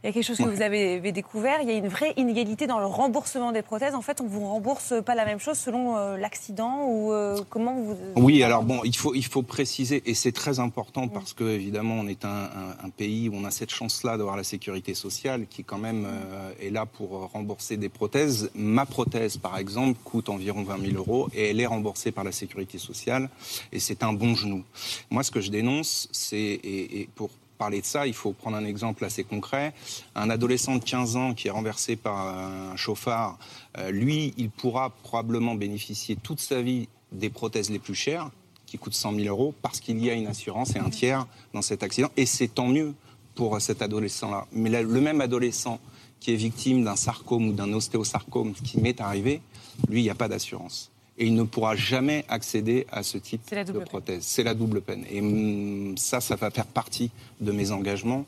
Il y a quelque chose que vous avez découvert, il y a une vraie inégalité dans le remboursement des prothèses. En fait, on ne vous rembourse pas la même chose selon l'accident ou comment vous... Oui, alors bon, il faut préciser, et c'est très important parce que évidemment on est un pays où on a cette chance-là d'avoir la sécurité sociale qui quand même est là pour rembourser des prothèses. Ma prothèse, par exemple, coûte environ 20 000 € et elle est remboursée par la sécurité sociale et c'est un bon genou. Moi, ce que je dénonce, c'est, et pour parler de ça, il faut prendre un exemple assez concret. Un adolescent de 15 ans qui est renversé par un chauffard, lui, il pourra probablement bénéficier toute sa vie des prothèses les plus chères, qui coûtent 100 000 € parce qu'il y a une assurance et un tiers dans cet accident. Et c'est tant mieux pour cet adolescent-là. Mais le même adolescent qui est victime d'un sarcome ou d'un ostéosarcome, ce qui m'est arrivé, lui, il n'y a pas d'assurance. Et il ne pourra jamais accéder à ce type de prothèse. C'est la double peine. Et ça va faire partie de mes engagements.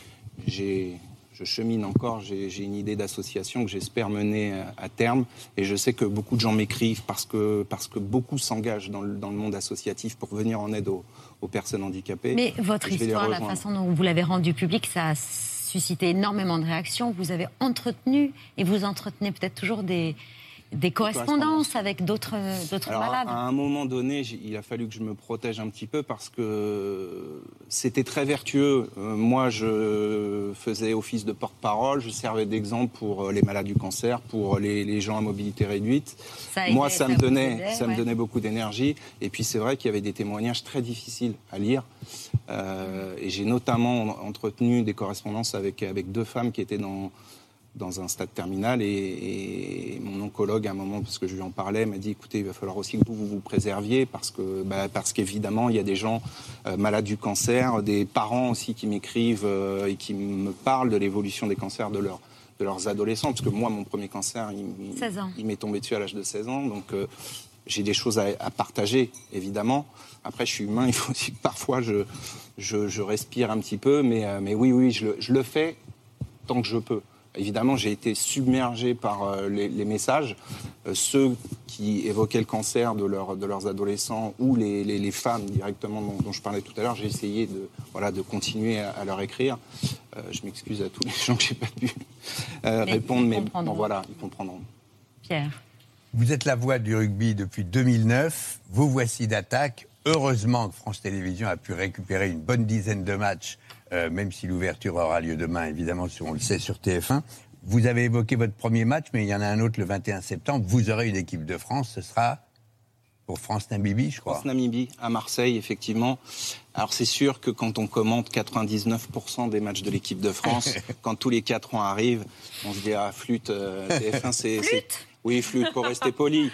Je chemine encore, j'ai une idée d'association que j'espère mener à terme. Et je sais que beaucoup de gens m'écrivent parce que beaucoup s'engagent dans le monde associatif pour venir en aide aux personnes handicapées. Mais votre histoire, la façon dont vous l'avez rendue publique, ça a suscité énormément de réactions. Vous avez entretenu, et vous entretenez peut-être toujours des correspondances avec d'autres malades. À un moment donné, il a fallu que je me protège un petit peu parce que c'était très vertueux. Moi, je faisais office de porte-parole, je servais d'exemple pour les malades du cancer, pour les gens à mobilité réduite. Moi, ça me donnait beaucoup d'énergie. Et puis, c'est vrai qu'il y avait des témoignages très difficiles à lire. Et j'ai notamment entretenu des correspondances avec 2 femmes qui étaient dans un stade terminal et mon oncologue à un moment, parce que je lui en parlais, m'a dit écoutez, il va falloir aussi que vous vous préserviez parce qu'évidemment il y a des gens malades du cancer, des parents aussi qui m'écrivent et qui me parlent de l'évolution des cancers de leurs adolescents, parce que moi mon premier cancer il m'est tombé dessus à l'âge de 16 ans, donc j'ai des choses à partager évidemment. Après je suis humain, il faut aussi que parfois je respire un petit peu, mais oui je le fais tant que je peux. Évidemment, j'ai été submergé par les messages. Ceux qui évoquaient le cancer de leurs adolescents ou les femmes directement dont je parlais tout à l'heure, j'ai essayé de continuer à leur écrire. Je m'excuse à tous les gens que je n'ai pas pu répondre, mais bon, voilà, ils comprendront. Pierre. Vous êtes la voix du rugby depuis 2009. Vous voici d'attaque. Heureusement que France Télévisions a pu récupérer une bonne dizaine de matchs, même si l'ouverture aura lieu demain, évidemment, on le sait, sur TF1. Vous avez évoqué votre premier match, mais il y en a un autre le 21 septembre. Vous aurez une équipe de France, ce sera pour France-Namibie, je crois. France-Namibie, à Marseille, effectivement. Alors c'est sûr que quand on commente 99% des matchs de l'équipe de France, quand tous les 4 ans arrivent, on se dit « Ah, flûte, TF1, c'est... » Oui, flûte, pour rester poli.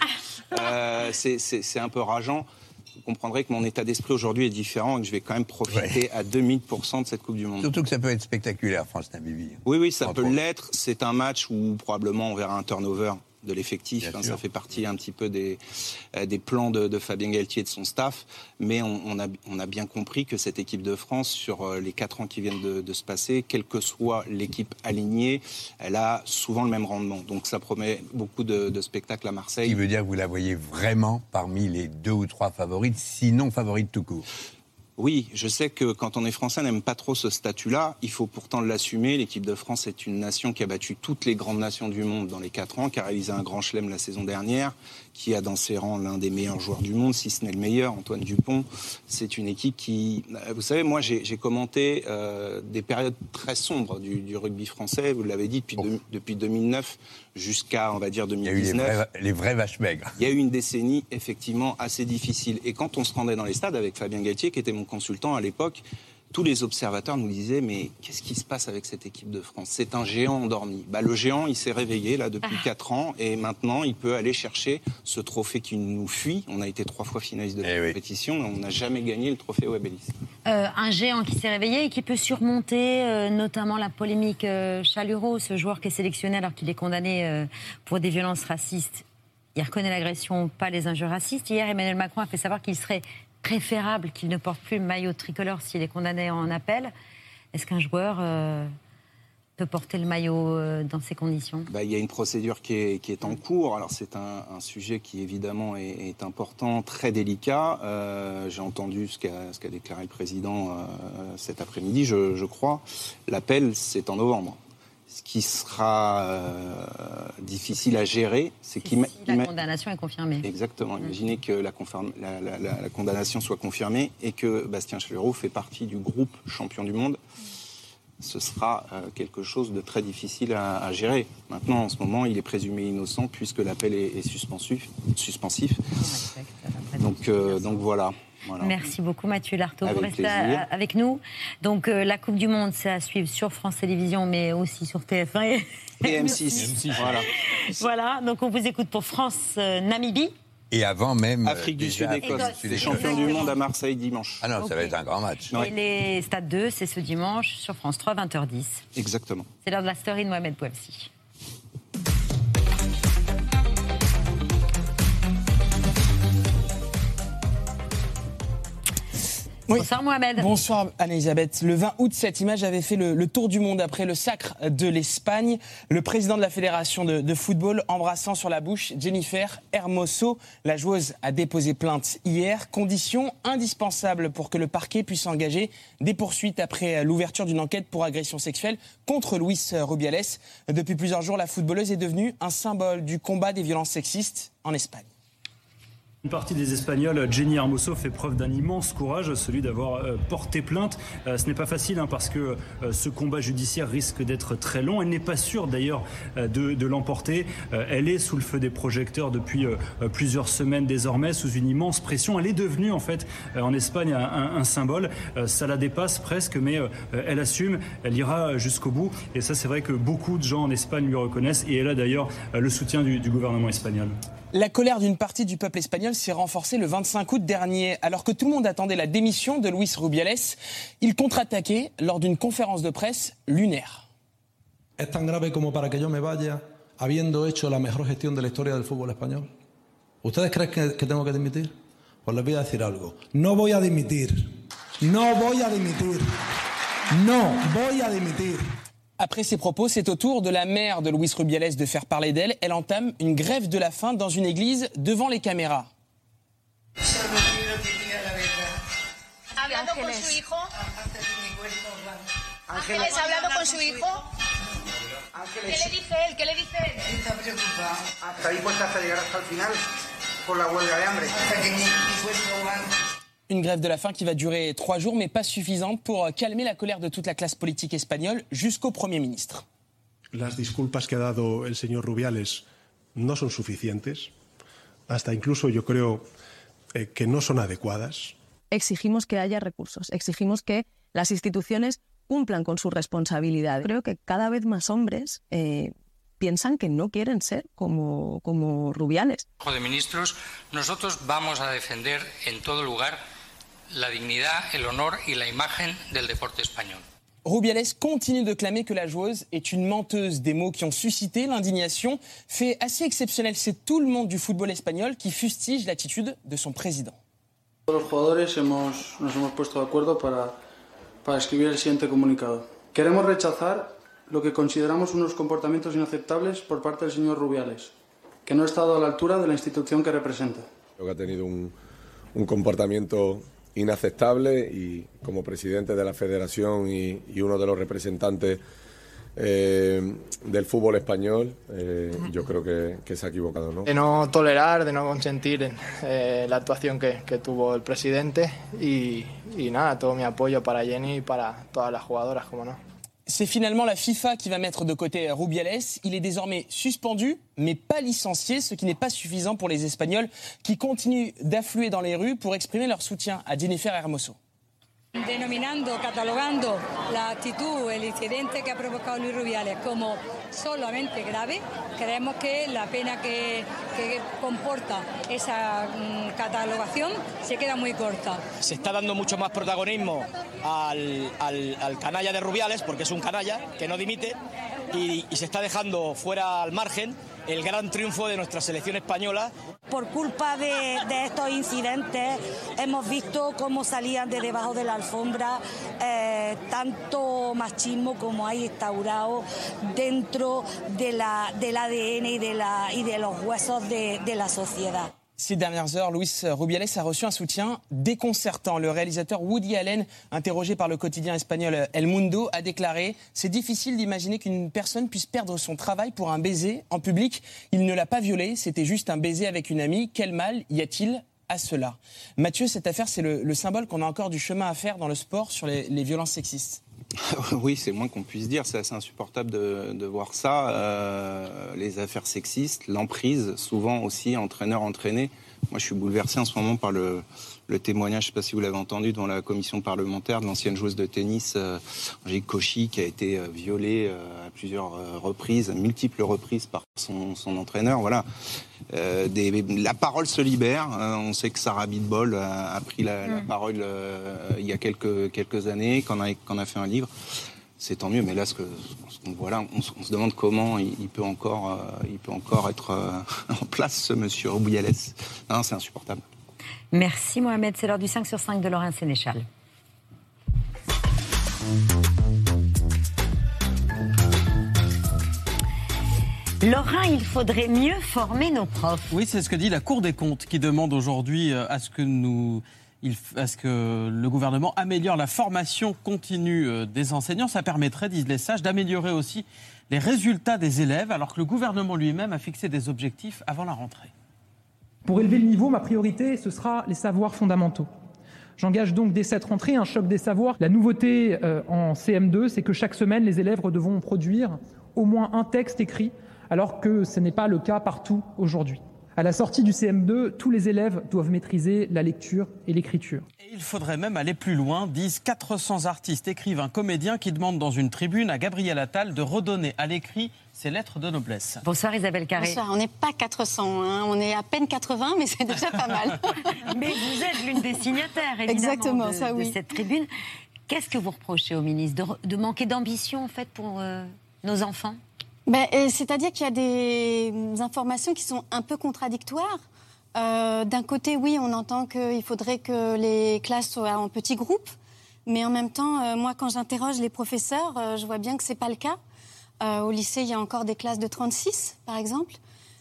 C'est un peu rageant. Vous comprendrez que mon état d'esprit aujourd'hui est différent et que je vais quand même profiter à 2000% de cette Coupe du Monde. Surtout que ça peut être spectaculaire, France-Namibie. Oui, ça peut l'être. C'est un match où probablement on verra un turnover de l'effectif. Ça fait partie un petit peu des plans de Fabien Galtier et de son staff. Mais on a bien compris que cette équipe de France, sur les 4 ans qui viennent de se passer, quelle que soit l'équipe alignée, elle a souvent le même rendement. Donc ça promet beaucoup de spectacles à Marseille. Ce qui veut dire que vous la voyez vraiment parmi les 2 ou 3 favorites, sinon favorites tout court. Oui, je sais que quand on est français, on n'aime pas trop ce statut-là. Il faut pourtant l'assumer. L'équipe de France est une nation qui a battu toutes les grandes nations du monde dans les 4 ans, qui a réalisé un grand chelem la saison dernière, qui a dans ses rangs l'un des meilleurs joueurs du monde, si ce n'est le meilleur, Antoine Dupont. C'est une équipe qui... Vous savez, moi, j'ai commenté des périodes très sombres du rugby français. Vous l'avez dit, depuis 2009 jusqu'à, on va dire, 2019. Il y a eu les vraies vaches maigres. Il y a eu une décennie, effectivement, assez difficile. Et quand on se rendait dans les stades avec Fabien Galtier, qui était mon consultant à l'époque, tous les observateurs nous disaient « Mais qu'est-ce qui se passe avec cette équipe de France ? C'est un géant endormi. » Le géant, il s'est réveillé là depuis 4 ans et maintenant, il peut aller chercher ce trophée qui nous fuit. On a été 3 fois finaliste de la compétition, mais on n'a jamais gagné le trophée Webb Ellis. Un géant qui s'est réveillé et qui peut surmonter notamment la polémique Chalureau, ce joueur qui est sélectionné alors qu'il est condamné pour des violences racistes. Il reconnaît l'agression, pas les injures racistes. Hier, Emmanuel Macron a fait savoir qu'il serait préférable qu'il ne porte plus le maillot tricolore s'il est condamné en appel. Est-ce qu'un joueur peut porter le maillot dans ces conditions ? Il y a une procédure qui est en cours. Alors c'est un sujet qui évidemment est important, très délicat. J'ai entendu ce qu'a déclaré le président cet après-midi, je crois. L'appel, c'est en novembre. Ce qui sera difficile à gérer, c'est la condamnation est confirmée. Exactement. Imaginez que la condamnation soit confirmée et que Bastien Chaleroux fait partie du groupe champion du monde. Ce sera quelque chose de très difficile à gérer. Maintenant, en ce moment, il est présumé innocent puisque l'appel est suspensif. Donc voilà. Voilà. Merci beaucoup Mathieu Lartaud pour rester avec nous. Donc la Coupe du Monde, c'est à suivre sur France Télévisions, mais aussi sur TF1 et M6. Voilà, donc on vous écoute pour France-Namibie. Et avant même Afrique du Sud-Écosse, les champions du monde à Marseille dimanche. Ah non, ça va être un grand match. Et les Stades 2, c'est ce dimanche sur France 3, 20h10. Exactement. C'est l'heure de la story de Mohamed Bouafsi. Oui. Bonsoir Mohamed. Bonsoir Anne-Elisabeth. Le 20 août, cette image avait fait le tour du monde après le sacre de l'Espagne. Le président de la fédération de football embrassant sur la bouche Jennifer Hermoso. La joueuse a déposé plainte hier. Condition indispensable pour que le parquet puisse engager des poursuites après l'ouverture d'une enquête pour agression sexuelle contre Luis Rubiales. Depuis plusieurs jours, la footballeuse est devenue un symbole du combat des violences sexistes en Espagne. Une partie des Espagnols, Jenny Hermoso, fait preuve d'un immense courage, celui d'avoir porté plainte. Ce n'est pas facile parce que ce combat judiciaire risque d'être très long. Elle n'est pas sûre d'ailleurs de l'emporter. Elle est sous le feu des projecteurs depuis plusieurs semaines désormais, sous une immense pression. Elle est devenue en fait en Espagne un symbole. Ça la dépasse presque, mais elle assume, elle ira jusqu'au bout. Et ça, c'est vrai que beaucoup de gens en Espagne lui reconnaissent. Et elle a d'ailleurs le soutien du gouvernement espagnol. La colère d'une partie du peuple espagnol s'est renforcée le 25 août dernier. Alors que tout le monde attendait la démission de Luis Rubiales, il contre-attaquait lors d'une conférence de presse lunaire. ¿Es tan grave como para que yo me vaya habiendo hecho la mejor gestión de la historia del fútbol español? ¿Ustedes creen que tengo que dimitir? Pues les voy a decir algo. No voy a dimitir. No voy a dimitir. No voy a dimitir. Après ces propos, c'est au tour de la mère de Luis Rubiales de faire parler d'elle. Elle entame une grève de la faim dans une église devant les caméras. ¿Hablando con su hijo? Ángeles, ¿hablando con su hijo? ¿Qué le dice él? ¿Qué le dice él? Está preocupada. ¿Está dispuesta hasta llegar hasta el final por la huelga de hambre? Hasta que mi puesto va. Une grève de la faim qui va durer 3 jours, mais pas suffisante pour calmer la colère de toute la classe politique espagnole jusqu'au Premier ministre. Las disculpas que ha dado el señor Rubiales no son suficientes, hasta incluso yo creo que no son adecuadas. Exigimos que haya recursos, exigimos que las instituciones cumplan con su responsabilidad. Creo que cada vez más hombres piensan que no quieren ser como Rubiales. De ministros, nosotros vamos a defender en todo lugar la dignidad, el honor y la imagen del deporte español. Rubiales continue de clamer que la joueuse est une menteuse, des mots qui ont suscité l'indignation. Fait assez exceptionnel, c'est tout le monde du football espagnol qui fustige l'attitude de son président. Todos los jugadores nos hemos puesto de acuerdo para escribir el siguiente comunicado. Queremos rechazar lo que consideramos unos comportamientos inaceptables por parte del señor Rubiales, que no ha estado a la altura de la institución que representa. Creo que ha tenido un comportamiento inaceptable y como presidente de la federación y uno de los representantes del fútbol español, yo creo que se ha equivocado, ¿no? De no tolerar, de no consentir la actuación que tuvo el presidente y nada, todo mi apoyo para Jenny y para todas las jugadoras, como no. C'est finalement la FIFA qui va mettre de côté Rubiales. Il est désormais suspendu, mais pas licencié, ce qui n'est pas suffisant pour les Espagnols qui continuent d'affluer dans les rues pour exprimer leur soutien à Jennifer Hermoso. Denominando, catalogando la actitud, el incidente que ha provocado Luis Rubiales como solamente grave, creemos que la pena que comporta esa catalogación se queda muy corta. Se está dando mucho más protagonismo al canalla de Rubiales, porque es un canalla que no dimite, y se está dejando fuera al margen el gran triunfo de nuestra selección española. Por culpa de estos incidentes hemos visto cómo salían de debajo de la alfombra tanto machismo como hay instaurado dentro del ADN y de los huesos de la sociedad. Ces dernières heures, Luis Rubiales a reçu un soutien déconcertant. Le réalisateur Woody Allen, interrogé par le quotidien espagnol El Mundo, a déclaré « C'est difficile d'imaginer qu'une personne puisse perdre son travail pour un baiser en public. Il ne l'a pas violé, c'était juste un baiser avec une amie. Quel mal y a-t-il à cela ?» Mathieu, cette affaire, c'est le symbole qu'on a encore du chemin à faire dans le sport sur les violences sexistes. Oui, c'est le moins qu'on puisse dire. C'est assez insupportable de voir ça. Les affaires sexistes, l'emprise, souvent aussi entraîneur-entraîné. Moi, je suis bouleversé en ce moment par le témoignage, je ne sais pas si vous l'avez entendu, devant la commission parlementaire de l'ancienne joueuse de tennis, Angélique Cauchy, qui a été violée à plusieurs reprises, à multiples reprises par son entraîneur. Voilà. La parole se libère. On sait que Sarah Abitbol a pris la parole il y a quelques années, qu'on a fait un livre. C'est tant mieux, mais là, ce qu'on voit là, on se demande comment il peut encore être en place, ce monsieur Rubiales. Non, c'est insupportable. Merci Mohamed, c'est l'heure du 5 sur 5 de Laurent Sénéchal. Laurent, il faudrait mieux former nos profs. Oui, c'est ce que dit la Cour des comptes qui demande aujourd'hui à ce que le gouvernement améliore la formation continue des enseignants. Ça permettrait, disent les sages, d'améliorer aussi les résultats des élèves, alors que le gouvernement lui-même a fixé des objectifs avant la rentrée. Pour élever le niveau, ma priorité, ce sera les savoirs fondamentaux. J'engage donc dès cette rentrée un choc des savoirs. La nouveauté en CM2, c'est que chaque semaine, les élèves devront produire au moins un texte écrit, alors que ce n'est pas le cas partout aujourd'hui. À la sortie du CM2, tous les élèves doivent maîtriser la lecture et l'écriture. Et il faudrait même aller plus loin, disent 400 artistes, écrivains, comédiens qui demandent dans une tribune à Gabriel Attal de redonner à l'écrit ses lettres de noblesse. Bonsoir Isabelle Carré. Bonsoir, on n'est pas 400, hein. On est à peine 80, mais c'est déjà pas mal. Mais vous êtes l'une des signataires, évidemment, de cette tribune. Qu'est-ce que vous reprochez au ministre de manquer d'ambition, en fait, pour nos enfants ? C'est-à-dire qu'il y a des informations qui sont un peu contradictoires. D'un côté, oui, on entend qu'il faudrait que les classes soient en petits groupes, mais en même temps, moi, quand j'interroge les professeurs, je vois bien que c'est pas le cas. Au lycée, il y a encore des classes de 36, par exemple.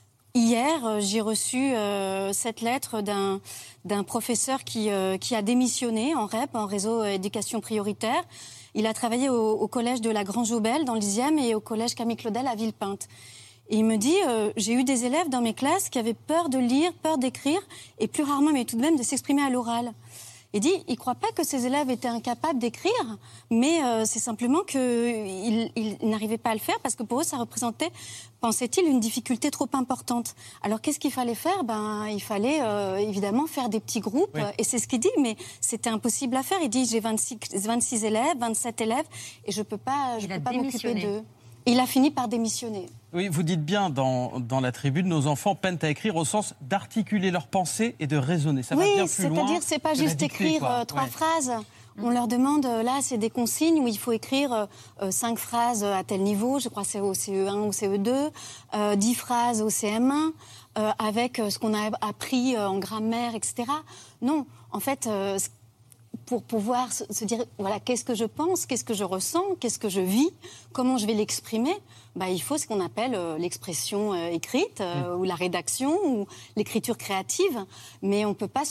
Hier, j'ai reçu cette lettre d'un professeur qui a démissionné en REP, en réseau éducation prioritaire. Il a travaillé au collège de la Grange-Aubel, dans le 10e, et au collège Camille Claudel à Villepinte. Et il me dit, j'ai eu des élèves dans mes classes qui avaient peur de lire, peur d'écrire, et plus rarement, mais tout de même, de s'exprimer à l'oral. Il dit, il ne croit pas que ces élèves étaient incapables d'écrire, mais c'est simplement qu'ils n'arrivaient pas à le faire, parce que pour eux, ça représentait, pensait-il, une difficulté trop importante. Alors, qu'est-ce qu'il fallait faire ? Il fallait évidemment faire des petits groupes, oui. Et c'est ce qu'il dit, mais c'était impossible à faire. Il dit, j'ai 26 élèves, 27 élèves, et je ne peux pas m'occuper d'eux. Il a fini par démissionner. Oui, vous dites bien dans la tribune, nos enfants peinent à écrire au sens d'articuler leurs pensées et de raisonner. Ça va bien plus loin. Oui, c'est-à-dire c'est pas juste écrire 3 phrases. On leur demande, là, c'est des consignes où il faut écrire 5 phrases à tel niveau, je crois que c'est au CE1 ou CE2, 10 phrases au CM1, avec ce qu'on a appris en grammaire, etc. Non, en fait... pour pouvoir se dire, voilà, qu'est-ce que je pense, qu'est-ce que je ressens, qu'est-ce que je vis, comment je vais l'exprimer, il faut ce qu'on appelle l'expression écrite, ou la rédaction, ou l'écriture créative. Mais on ne peut pas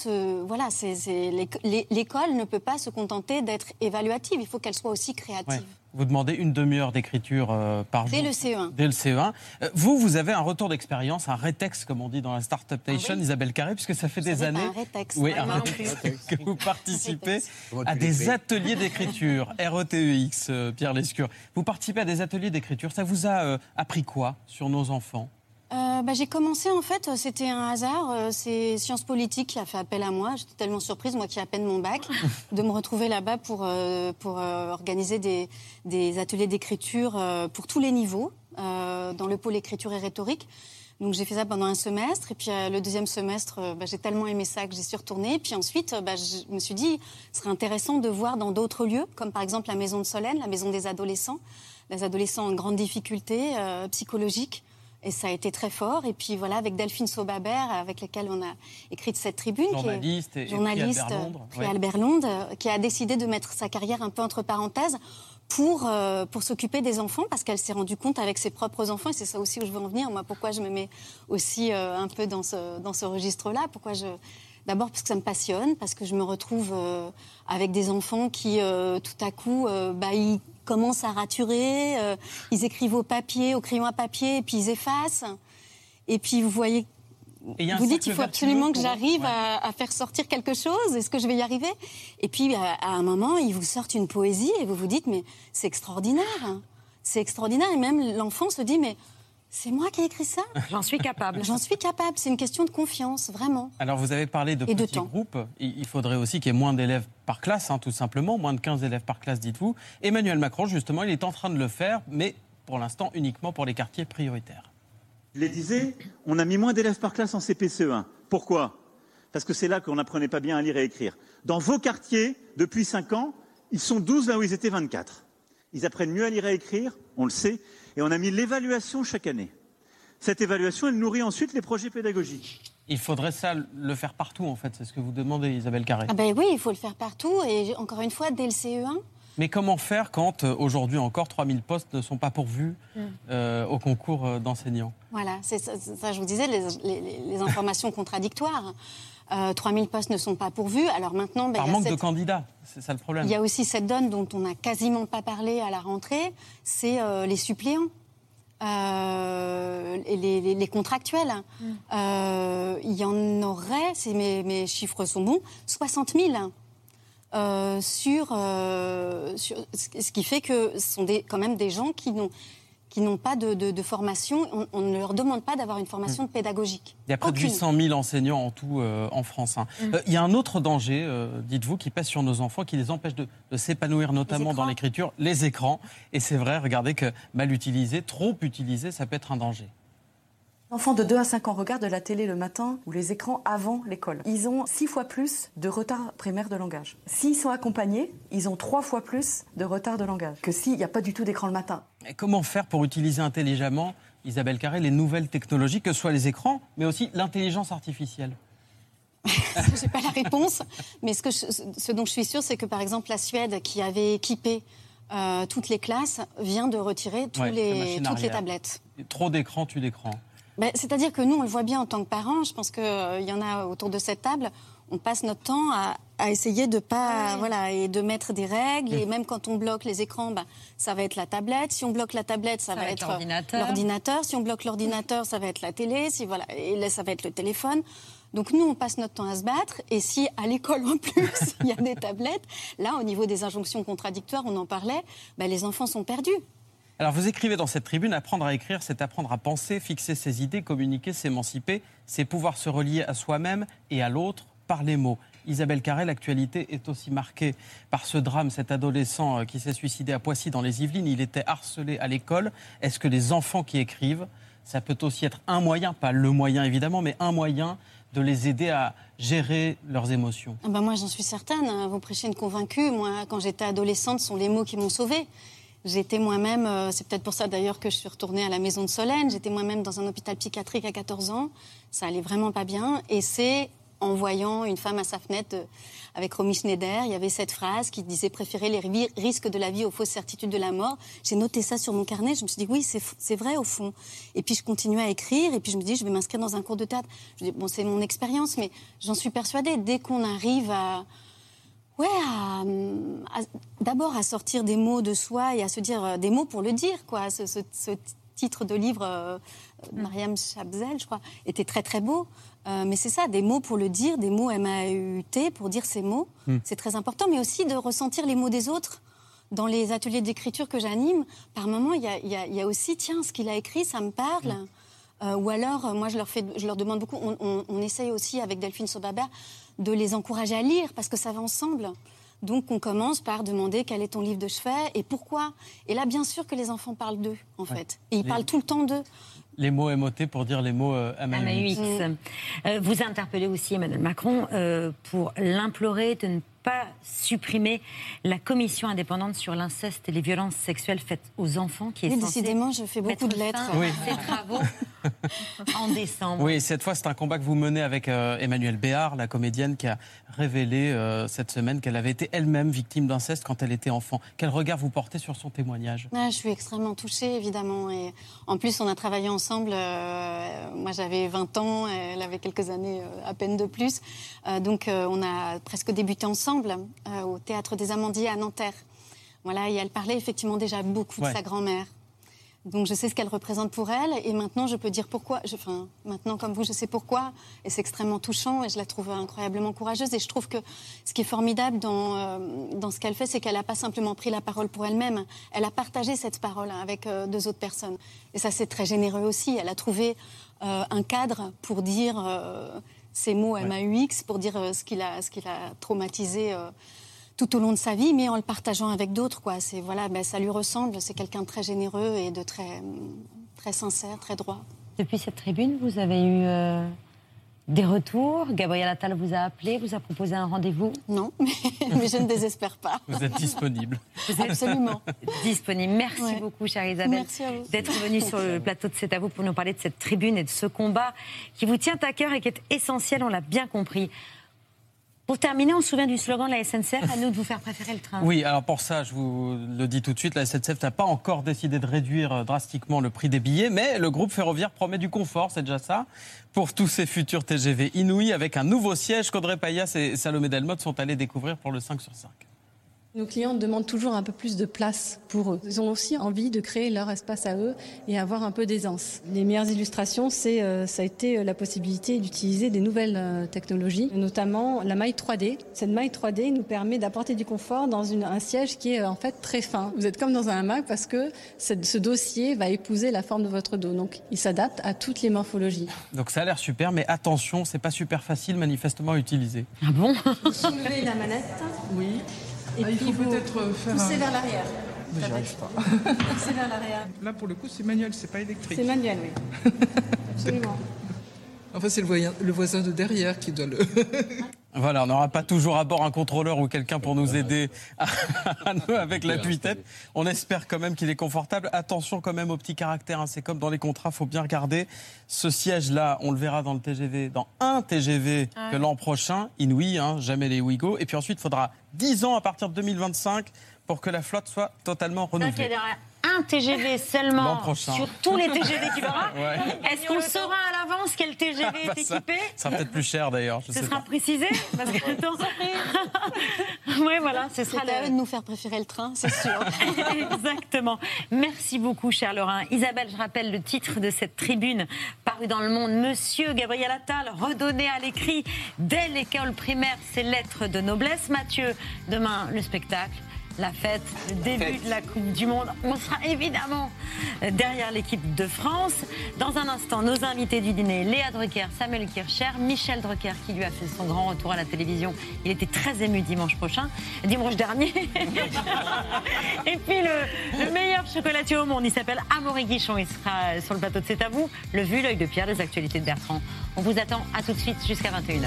l'école ne peut pas se contenter d'être évaluative, il faut qu'elle soit aussi créative. Ouais. Vous demandez une demi-heure d'écriture par jour. Dès le CE1. Dès le CE1. Vous avez un retour d'expérience, un rétex, comme on dit dans la Startup Nation, oui. Isabelle Carré, puisque ça fait des années... Un rétex. Oui, un rétex. Que vous participez à des ateliers d'écriture. RETEX, Pierre Lescure. Vous participez à des ateliers d'écriture. Ça vous a appris quoi sur nos enfants ? J'ai commencé, en fait, c'était un hasard. C'est Sciences Politiques qui a fait appel à moi. J'étais tellement surprise, moi qui ai à peine mon bac, de me retrouver là-bas pour organiser des ateliers d'écriture pour tous les niveaux, dans le pôle écriture et rhétorique. Donc j'ai fait ça pendant un semestre. Et puis le deuxième semestre, j'ai tellement aimé ça que j'y suis retournée. Et puis ensuite, je me suis dit, ce serait intéressant de voir dans d'autres lieux, comme par exemple la Maison de Solène, la maison des adolescents en grande difficulté psychologique. Et ça a été très fort. Et puis voilà, avec Delphine Saubabert, avec laquelle on a écrit cette tribune, journaliste, prix Albert Londres, qui a décidé de mettre sa carrière un peu entre parenthèses pour s'occuper des enfants, parce qu'elle s'est rendue compte avec ses propres enfants, et c'est ça aussi où je veux en venir, moi, pourquoi je me mets aussi un peu dans ce registre-là, D'abord parce que ça me passionne, parce que je me retrouve avec des enfants qui, tout à coup, ils commencent à raturer, ils écrivent au crayon à papier, et puis ils effacent. Et puis vous voyez, vous dites, il faut absolument que j'arrive à faire sortir quelque chose, est-ce que je vais y arriver? Et puis à un moment, ils vous sortent une poésie, et vous vous dites, mais c'est extraordinaire. C'est extraordinaire, et même l'enfant se dit, mais... C'est moi qui ai écrit ça. J'en suis capable. J'en suis capable. C'est une question de confiance, vraiment. Alors, vous avez parlé de petits groupes. Il faudrait aussi qu'il y ait moins d'élèves par classe, tout simplement. Moins de 15 élèves par classe, dites-vous. Emmanuel Macron, justement, il est en train de le faire, mais pour l'instant, uniquement pour les quartiers prioritaires. Je les disais, on a mis moins d'élèves par classe en CP-CE1. Pourquoi? Parce que c'est là qu'on n'apprenait pas bien à lire et écrire. Dans vos quartiers, depuis 5 ans, ils sont 12 là où ils étaient 24. Ils apprennent mieux à lire et écrire, on le sait. Et on a mis l'évaluation chaque année. Cette évaluation, elle nourrit ensuite les projets pédagogiques. Il faudrait ça le faire partout, en fait. C'est ce que vous demandez, Isabelle Carré. Oui, il faut le faire partout. Et encore une fois, dès le CE1. Mais comment faire quand, aujourd'hui encore, 3000 postes ne sont pas pourvus au concours d'enseignants? Voilà, c'est ça, je vous disais, les informations contradictoires. 3000 postes ne sont pas pourvus. Alors maintenant, par manque de candidats, c'est ça le problème. Il y a aussi cette donne dont on n'a quasiment pas parlé à la rentrée, c'est les suppléants, et les contractuels. Il y en aurait, si mes chiffres sont bons, 60 000 ce qui fait que ce sont quand même des gens qui n'ont pas de formation. On ne leur demande pas d'avoir une formation pédagogique. Il y a près de 800 000 enseignants en tout en France. Il y a un autre danger, dites-vous, qui pèse sur nos enfants, qui les empêche de s'épanouir, notamment dans l'écriture, les écrans. Et c'est vrai, regardez que mal utilisé, trop utilisé, ça peut être un danger. L'enfant de 2 à 5 ans regarde la télé le matin ou les écrans avant l'école. Ils ont 6 fois plus de retard primaire de langage. S'ils sont accompagnés, ils ont 3 fois plus de retard de langage que s'il n'y a pas du tout d'écran le matin. Et comment faire pour utiliser intelligemment, Isabelle Carré, les nouvelles technologies, que ce soit les écrans, mais aussi l'intelligence artificielle? Je n'ai pas la réponse, mais ce dont je suis sûre, c'est que par exemple la Suède, qui avait équipé toutes les classes, vient de retirer toutes les tablettes. Trop d'écrans tue l'écran. C'est-à-dire que nous, on le voit bien en tant que parents, je pense qu'il y en a autour de cette table, on passe notre temps à essayer de pas, et de mettre des règles, et même quand on bloque les écrans, ça va être la tablette. Si on bloque la tablette, ça va être l'ordinateur. Si on bloque l'ordinateur, ça va être la télé. Et là, ça va être le téléphone. Donc nous, on passe notre temps à se battre. Et si à l'école, en plus, il y a des tablettes, là, au niveau des injonctions contradictoires, on en parlait, les enfants sont perdus. Alors, vous écrivez dans cette tribune, apprendre à écrire, c'est apprendre à penser, fixer ses idées, communiquer, s'émanciper, c'est pouvoir se relier à soi-même et à l'autre par les mots. Isabelle Carré, l'actualité est aussi marquée par ce drame, cet adolescent qui s'est suicidé à Poissy dans les Yvelines. Il était harcelé à l'école. Est-ce que les enfants qui écrivent, ça peut aussi être un moyen, pas le moyen évidemment, mais un moyen de les aider à gérer leurs émotions? Moi, j'en suis certaine. Vous prêchez une convaincue. Moi, quand j'étais adolescente, ce sont les mots qui m'ont sauvée. J'étais moi-même, c'est peut-être pour ça d'ailleurs que je suis retournée à la maison de Solène, j'étais moi-même dans un hôpital psychiatrique à 14 ans, ça allait vraiment pas bien, et c'est en voyant une femme à sa fenêtre avec Romy Schneider, il y avait cette phrase qui disait « Préférer les risques de la vie aux fausses certitudes de la mort ». J'ai noté ça sur mon carnet, je me suis dit « Oui, c'est vrai au fond ». Et puis je continuais à écrire, et puis je me dis « Je vais m'inscrire dans un cours de théâtre ». Je dis « Bon, c'est mon expérience, mais j'en suis persuadée, dès qu'on arrive d'abord à sortir des mots de soi et à se dire des mots pour le dire, quoi. Ce titre de livre, Mariam Chabzel, je crois, était très très beau. Mais c'est ça, des mots pour le dire, des mots MAUT pour dire ces mots. C'est très important, mais aussi de ressentir les mots des autres. Dans les ateliers d'écriture que j'anime, par moments, il y a aussi, tiens, ce qu'il a écrit, ça me parle. Ou alors, moi, je leur demande beaucoup, on essaye aussi avec Delphine Sobabert de les encourager à lire, parce que ça va ensemble. Donc, on commence par demander quel est ton livre de chevet et pourquoi. Et là, bien sûr que les enfants parlent d'eux, en fait. Et ils parlent tout le temps d'eux. Les mots MOT pour dire les mots MAUX. Vous interpellez aussi Emmanuel Macron pour l'implorer de ne pas supprimer la commission indépendante sur l'inceste et les violences sexuelles faites aux enfants qui est censée décidément, je fais beaucoup de lettres. Oui. Ces travaux en décembre. Oui, cette fois, c'est un combat que vous menez avec Emmanuelle Béard, la comédienne qui a révélé cette semaine qu'elle avait été elle-même victime d'inceste quand elle était enfant. Quel regard vous portez sur son témoignage ? Je suis extrêmement touchée, évidemment. Et en plus, on a travaillé ensemble. Moi, j'avais 20 ans, elle avait quelques années à peine de plus. Donc, on a presque débuté ensemble au Théâtre des Amandiers à Nanterre. Voilà, et elle parlait effectivement déjà beaucoup de sa grand-mère. Donc je sais ce qu'elle représente pour elle et maintenant je peux dire pourquoi. Maintenant comme vous, je sais pourquoi et c'est extrêmement touchant et je la trouve incroyablement courageuse. Et je trouve que ce qui est formidable dans ce qu'elle fait, c'est qu'elle n'a pas simplement pris la parole pour elle-même. Elle a partagé cette parole avec 2 autres personnes. Et ça, c'est très généreux aussi. Elle a trouvé un cadre pour dire ces mots MAUX, pour dire ce qu'il a traumatisé tout au long de sa vie, mais en le partageant avec d'autres, quoi. C'est, ça lui ressemble, c'est quelqu'un de très généreux et de très, très sincère, très droit. Depuis cette tribune, vous avez eu des retours. Gabriel Attal vous a appelé, vous a proposé un rendez-vous? Non, mais je ne désespère pas. Vous êtes disponible. Absolument. Disponible. Merci beaucoup, chère Isabelle, d'être venue sur le plateau de C'est à vous pour nous parler de cette tribune et de ce combat qui vous tient à cœur et qui est essentiel, on l'a bien compris. Pour terminer, on se souvient du slogan de la SNCF, à nous de vous faire préférer le train. Oui, alors pour ça, je vous le dis tout de suite, la SNCF n'a pas encore décidé de réduire drastiquement le prix des billets, mais le groupe ferroviaire promet du confort, c'est déjà ça, pour tous ces futurs TGV inouïs avec un nouveau siège qu'Audrey Payas et Salomé Delmotte sont allés découvrir pour le 5 sur 5. Nos clients demandent toujours un peu plus de place pour eux. Ils ont aussi envie de créer leur espace à eux et avoir un peu d'aisance. Les meilleures illustrations, ça a été la possibilité d'utiliser des nouvelles technologies, notamment la maille 3D. Cette maille 3D nous permet d'apporter du confort dans un siège qui est en fait très fin. Vous êtes comme dans un hamac parce que ce dossier va épouser la forme de votre dos. Donc il s'adapte à toutes les morphologies. Donc ça a l'air super, mais attention, c'est pas super facile manifestement à utiliser. Ah bon? Vous soulevez la manette. Oui. Et puis il faut peut-être faire pousser vers l'arrière. Mais j'y arrive pas. Pousser vers l'arrière. Là, pour le coup, c'est manuel, c'est pas électrique. C'est manuel, oui. Absolument. Enfin, c'est le voisin de derrière qui doit le... Voilà, on n'aura pas toujours à bord un contrôleur ou quelqu'un pour nous aider avec l'appui-tête. On espère quand même qu'il est confortable. Attention quand même au petit caractère, hein. C'est comme dans les contrats, il faut bien regarder. Ce siège-là, on le verra dans le TGV, dans un TGV que l'an prochain, inouï, hein, jamais les Ouigo. Et puis ensuite, il faudra 10 ans à partir de 2025 pour que la flotte soit totalement renouvelée. Un TGV seulement sur tous les TGV qu'il aura. Ouais. Est-ce qu'on saura à l'avance quel TGV est équipé? Ça sera peut-être plus cher d'ailleurs. Ce sera précisé parce que oui, voilà, ce sera à eux de nous faire préférer le train, c'est sûr. Exactement. Merci beaucoup, cher Laurent. Isabelle, je rappelle le titre de cette tribune parue dans Le Monde. Monsieur Gabriel Attal, redonné à l'écrit dès l'école primaire ses lettres de noblesse. Mathieu, demain le spectacle. La fête, le début de la Coupe du Monde. On sera évidemment derrière l'équipe de France. Dans un instant, nos invités du dîner, Léa Drucker, Samuel Kircher, Michel Drucker qui lui a fait son grand retour à la télévision. Il était très ému dimanche dernier. Et puis le meilleur chocolatier au monde, il s'appelle Amaury Guichon. Il sera sur le plateau de C'est à vous. Le vu, l'œil de Pierre, les actualités de Bertrand. On vous attend à tout de suite jusqu'à 21h.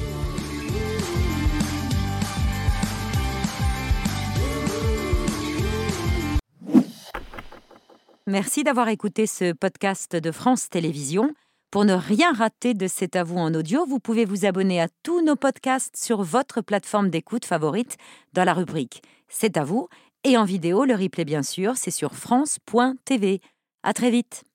Merci d'avoir écouté ce podcast de France Télévisions. Pour ne rien rater de C'est à vous en audio, vous pouvez vous abonner à tous nos podcasts sur votre plateforme d'écoute favorite dans la rubrique C'est à vous. Et en vidéo, le replay bien sûr, c'est sur France.tv. À très vite.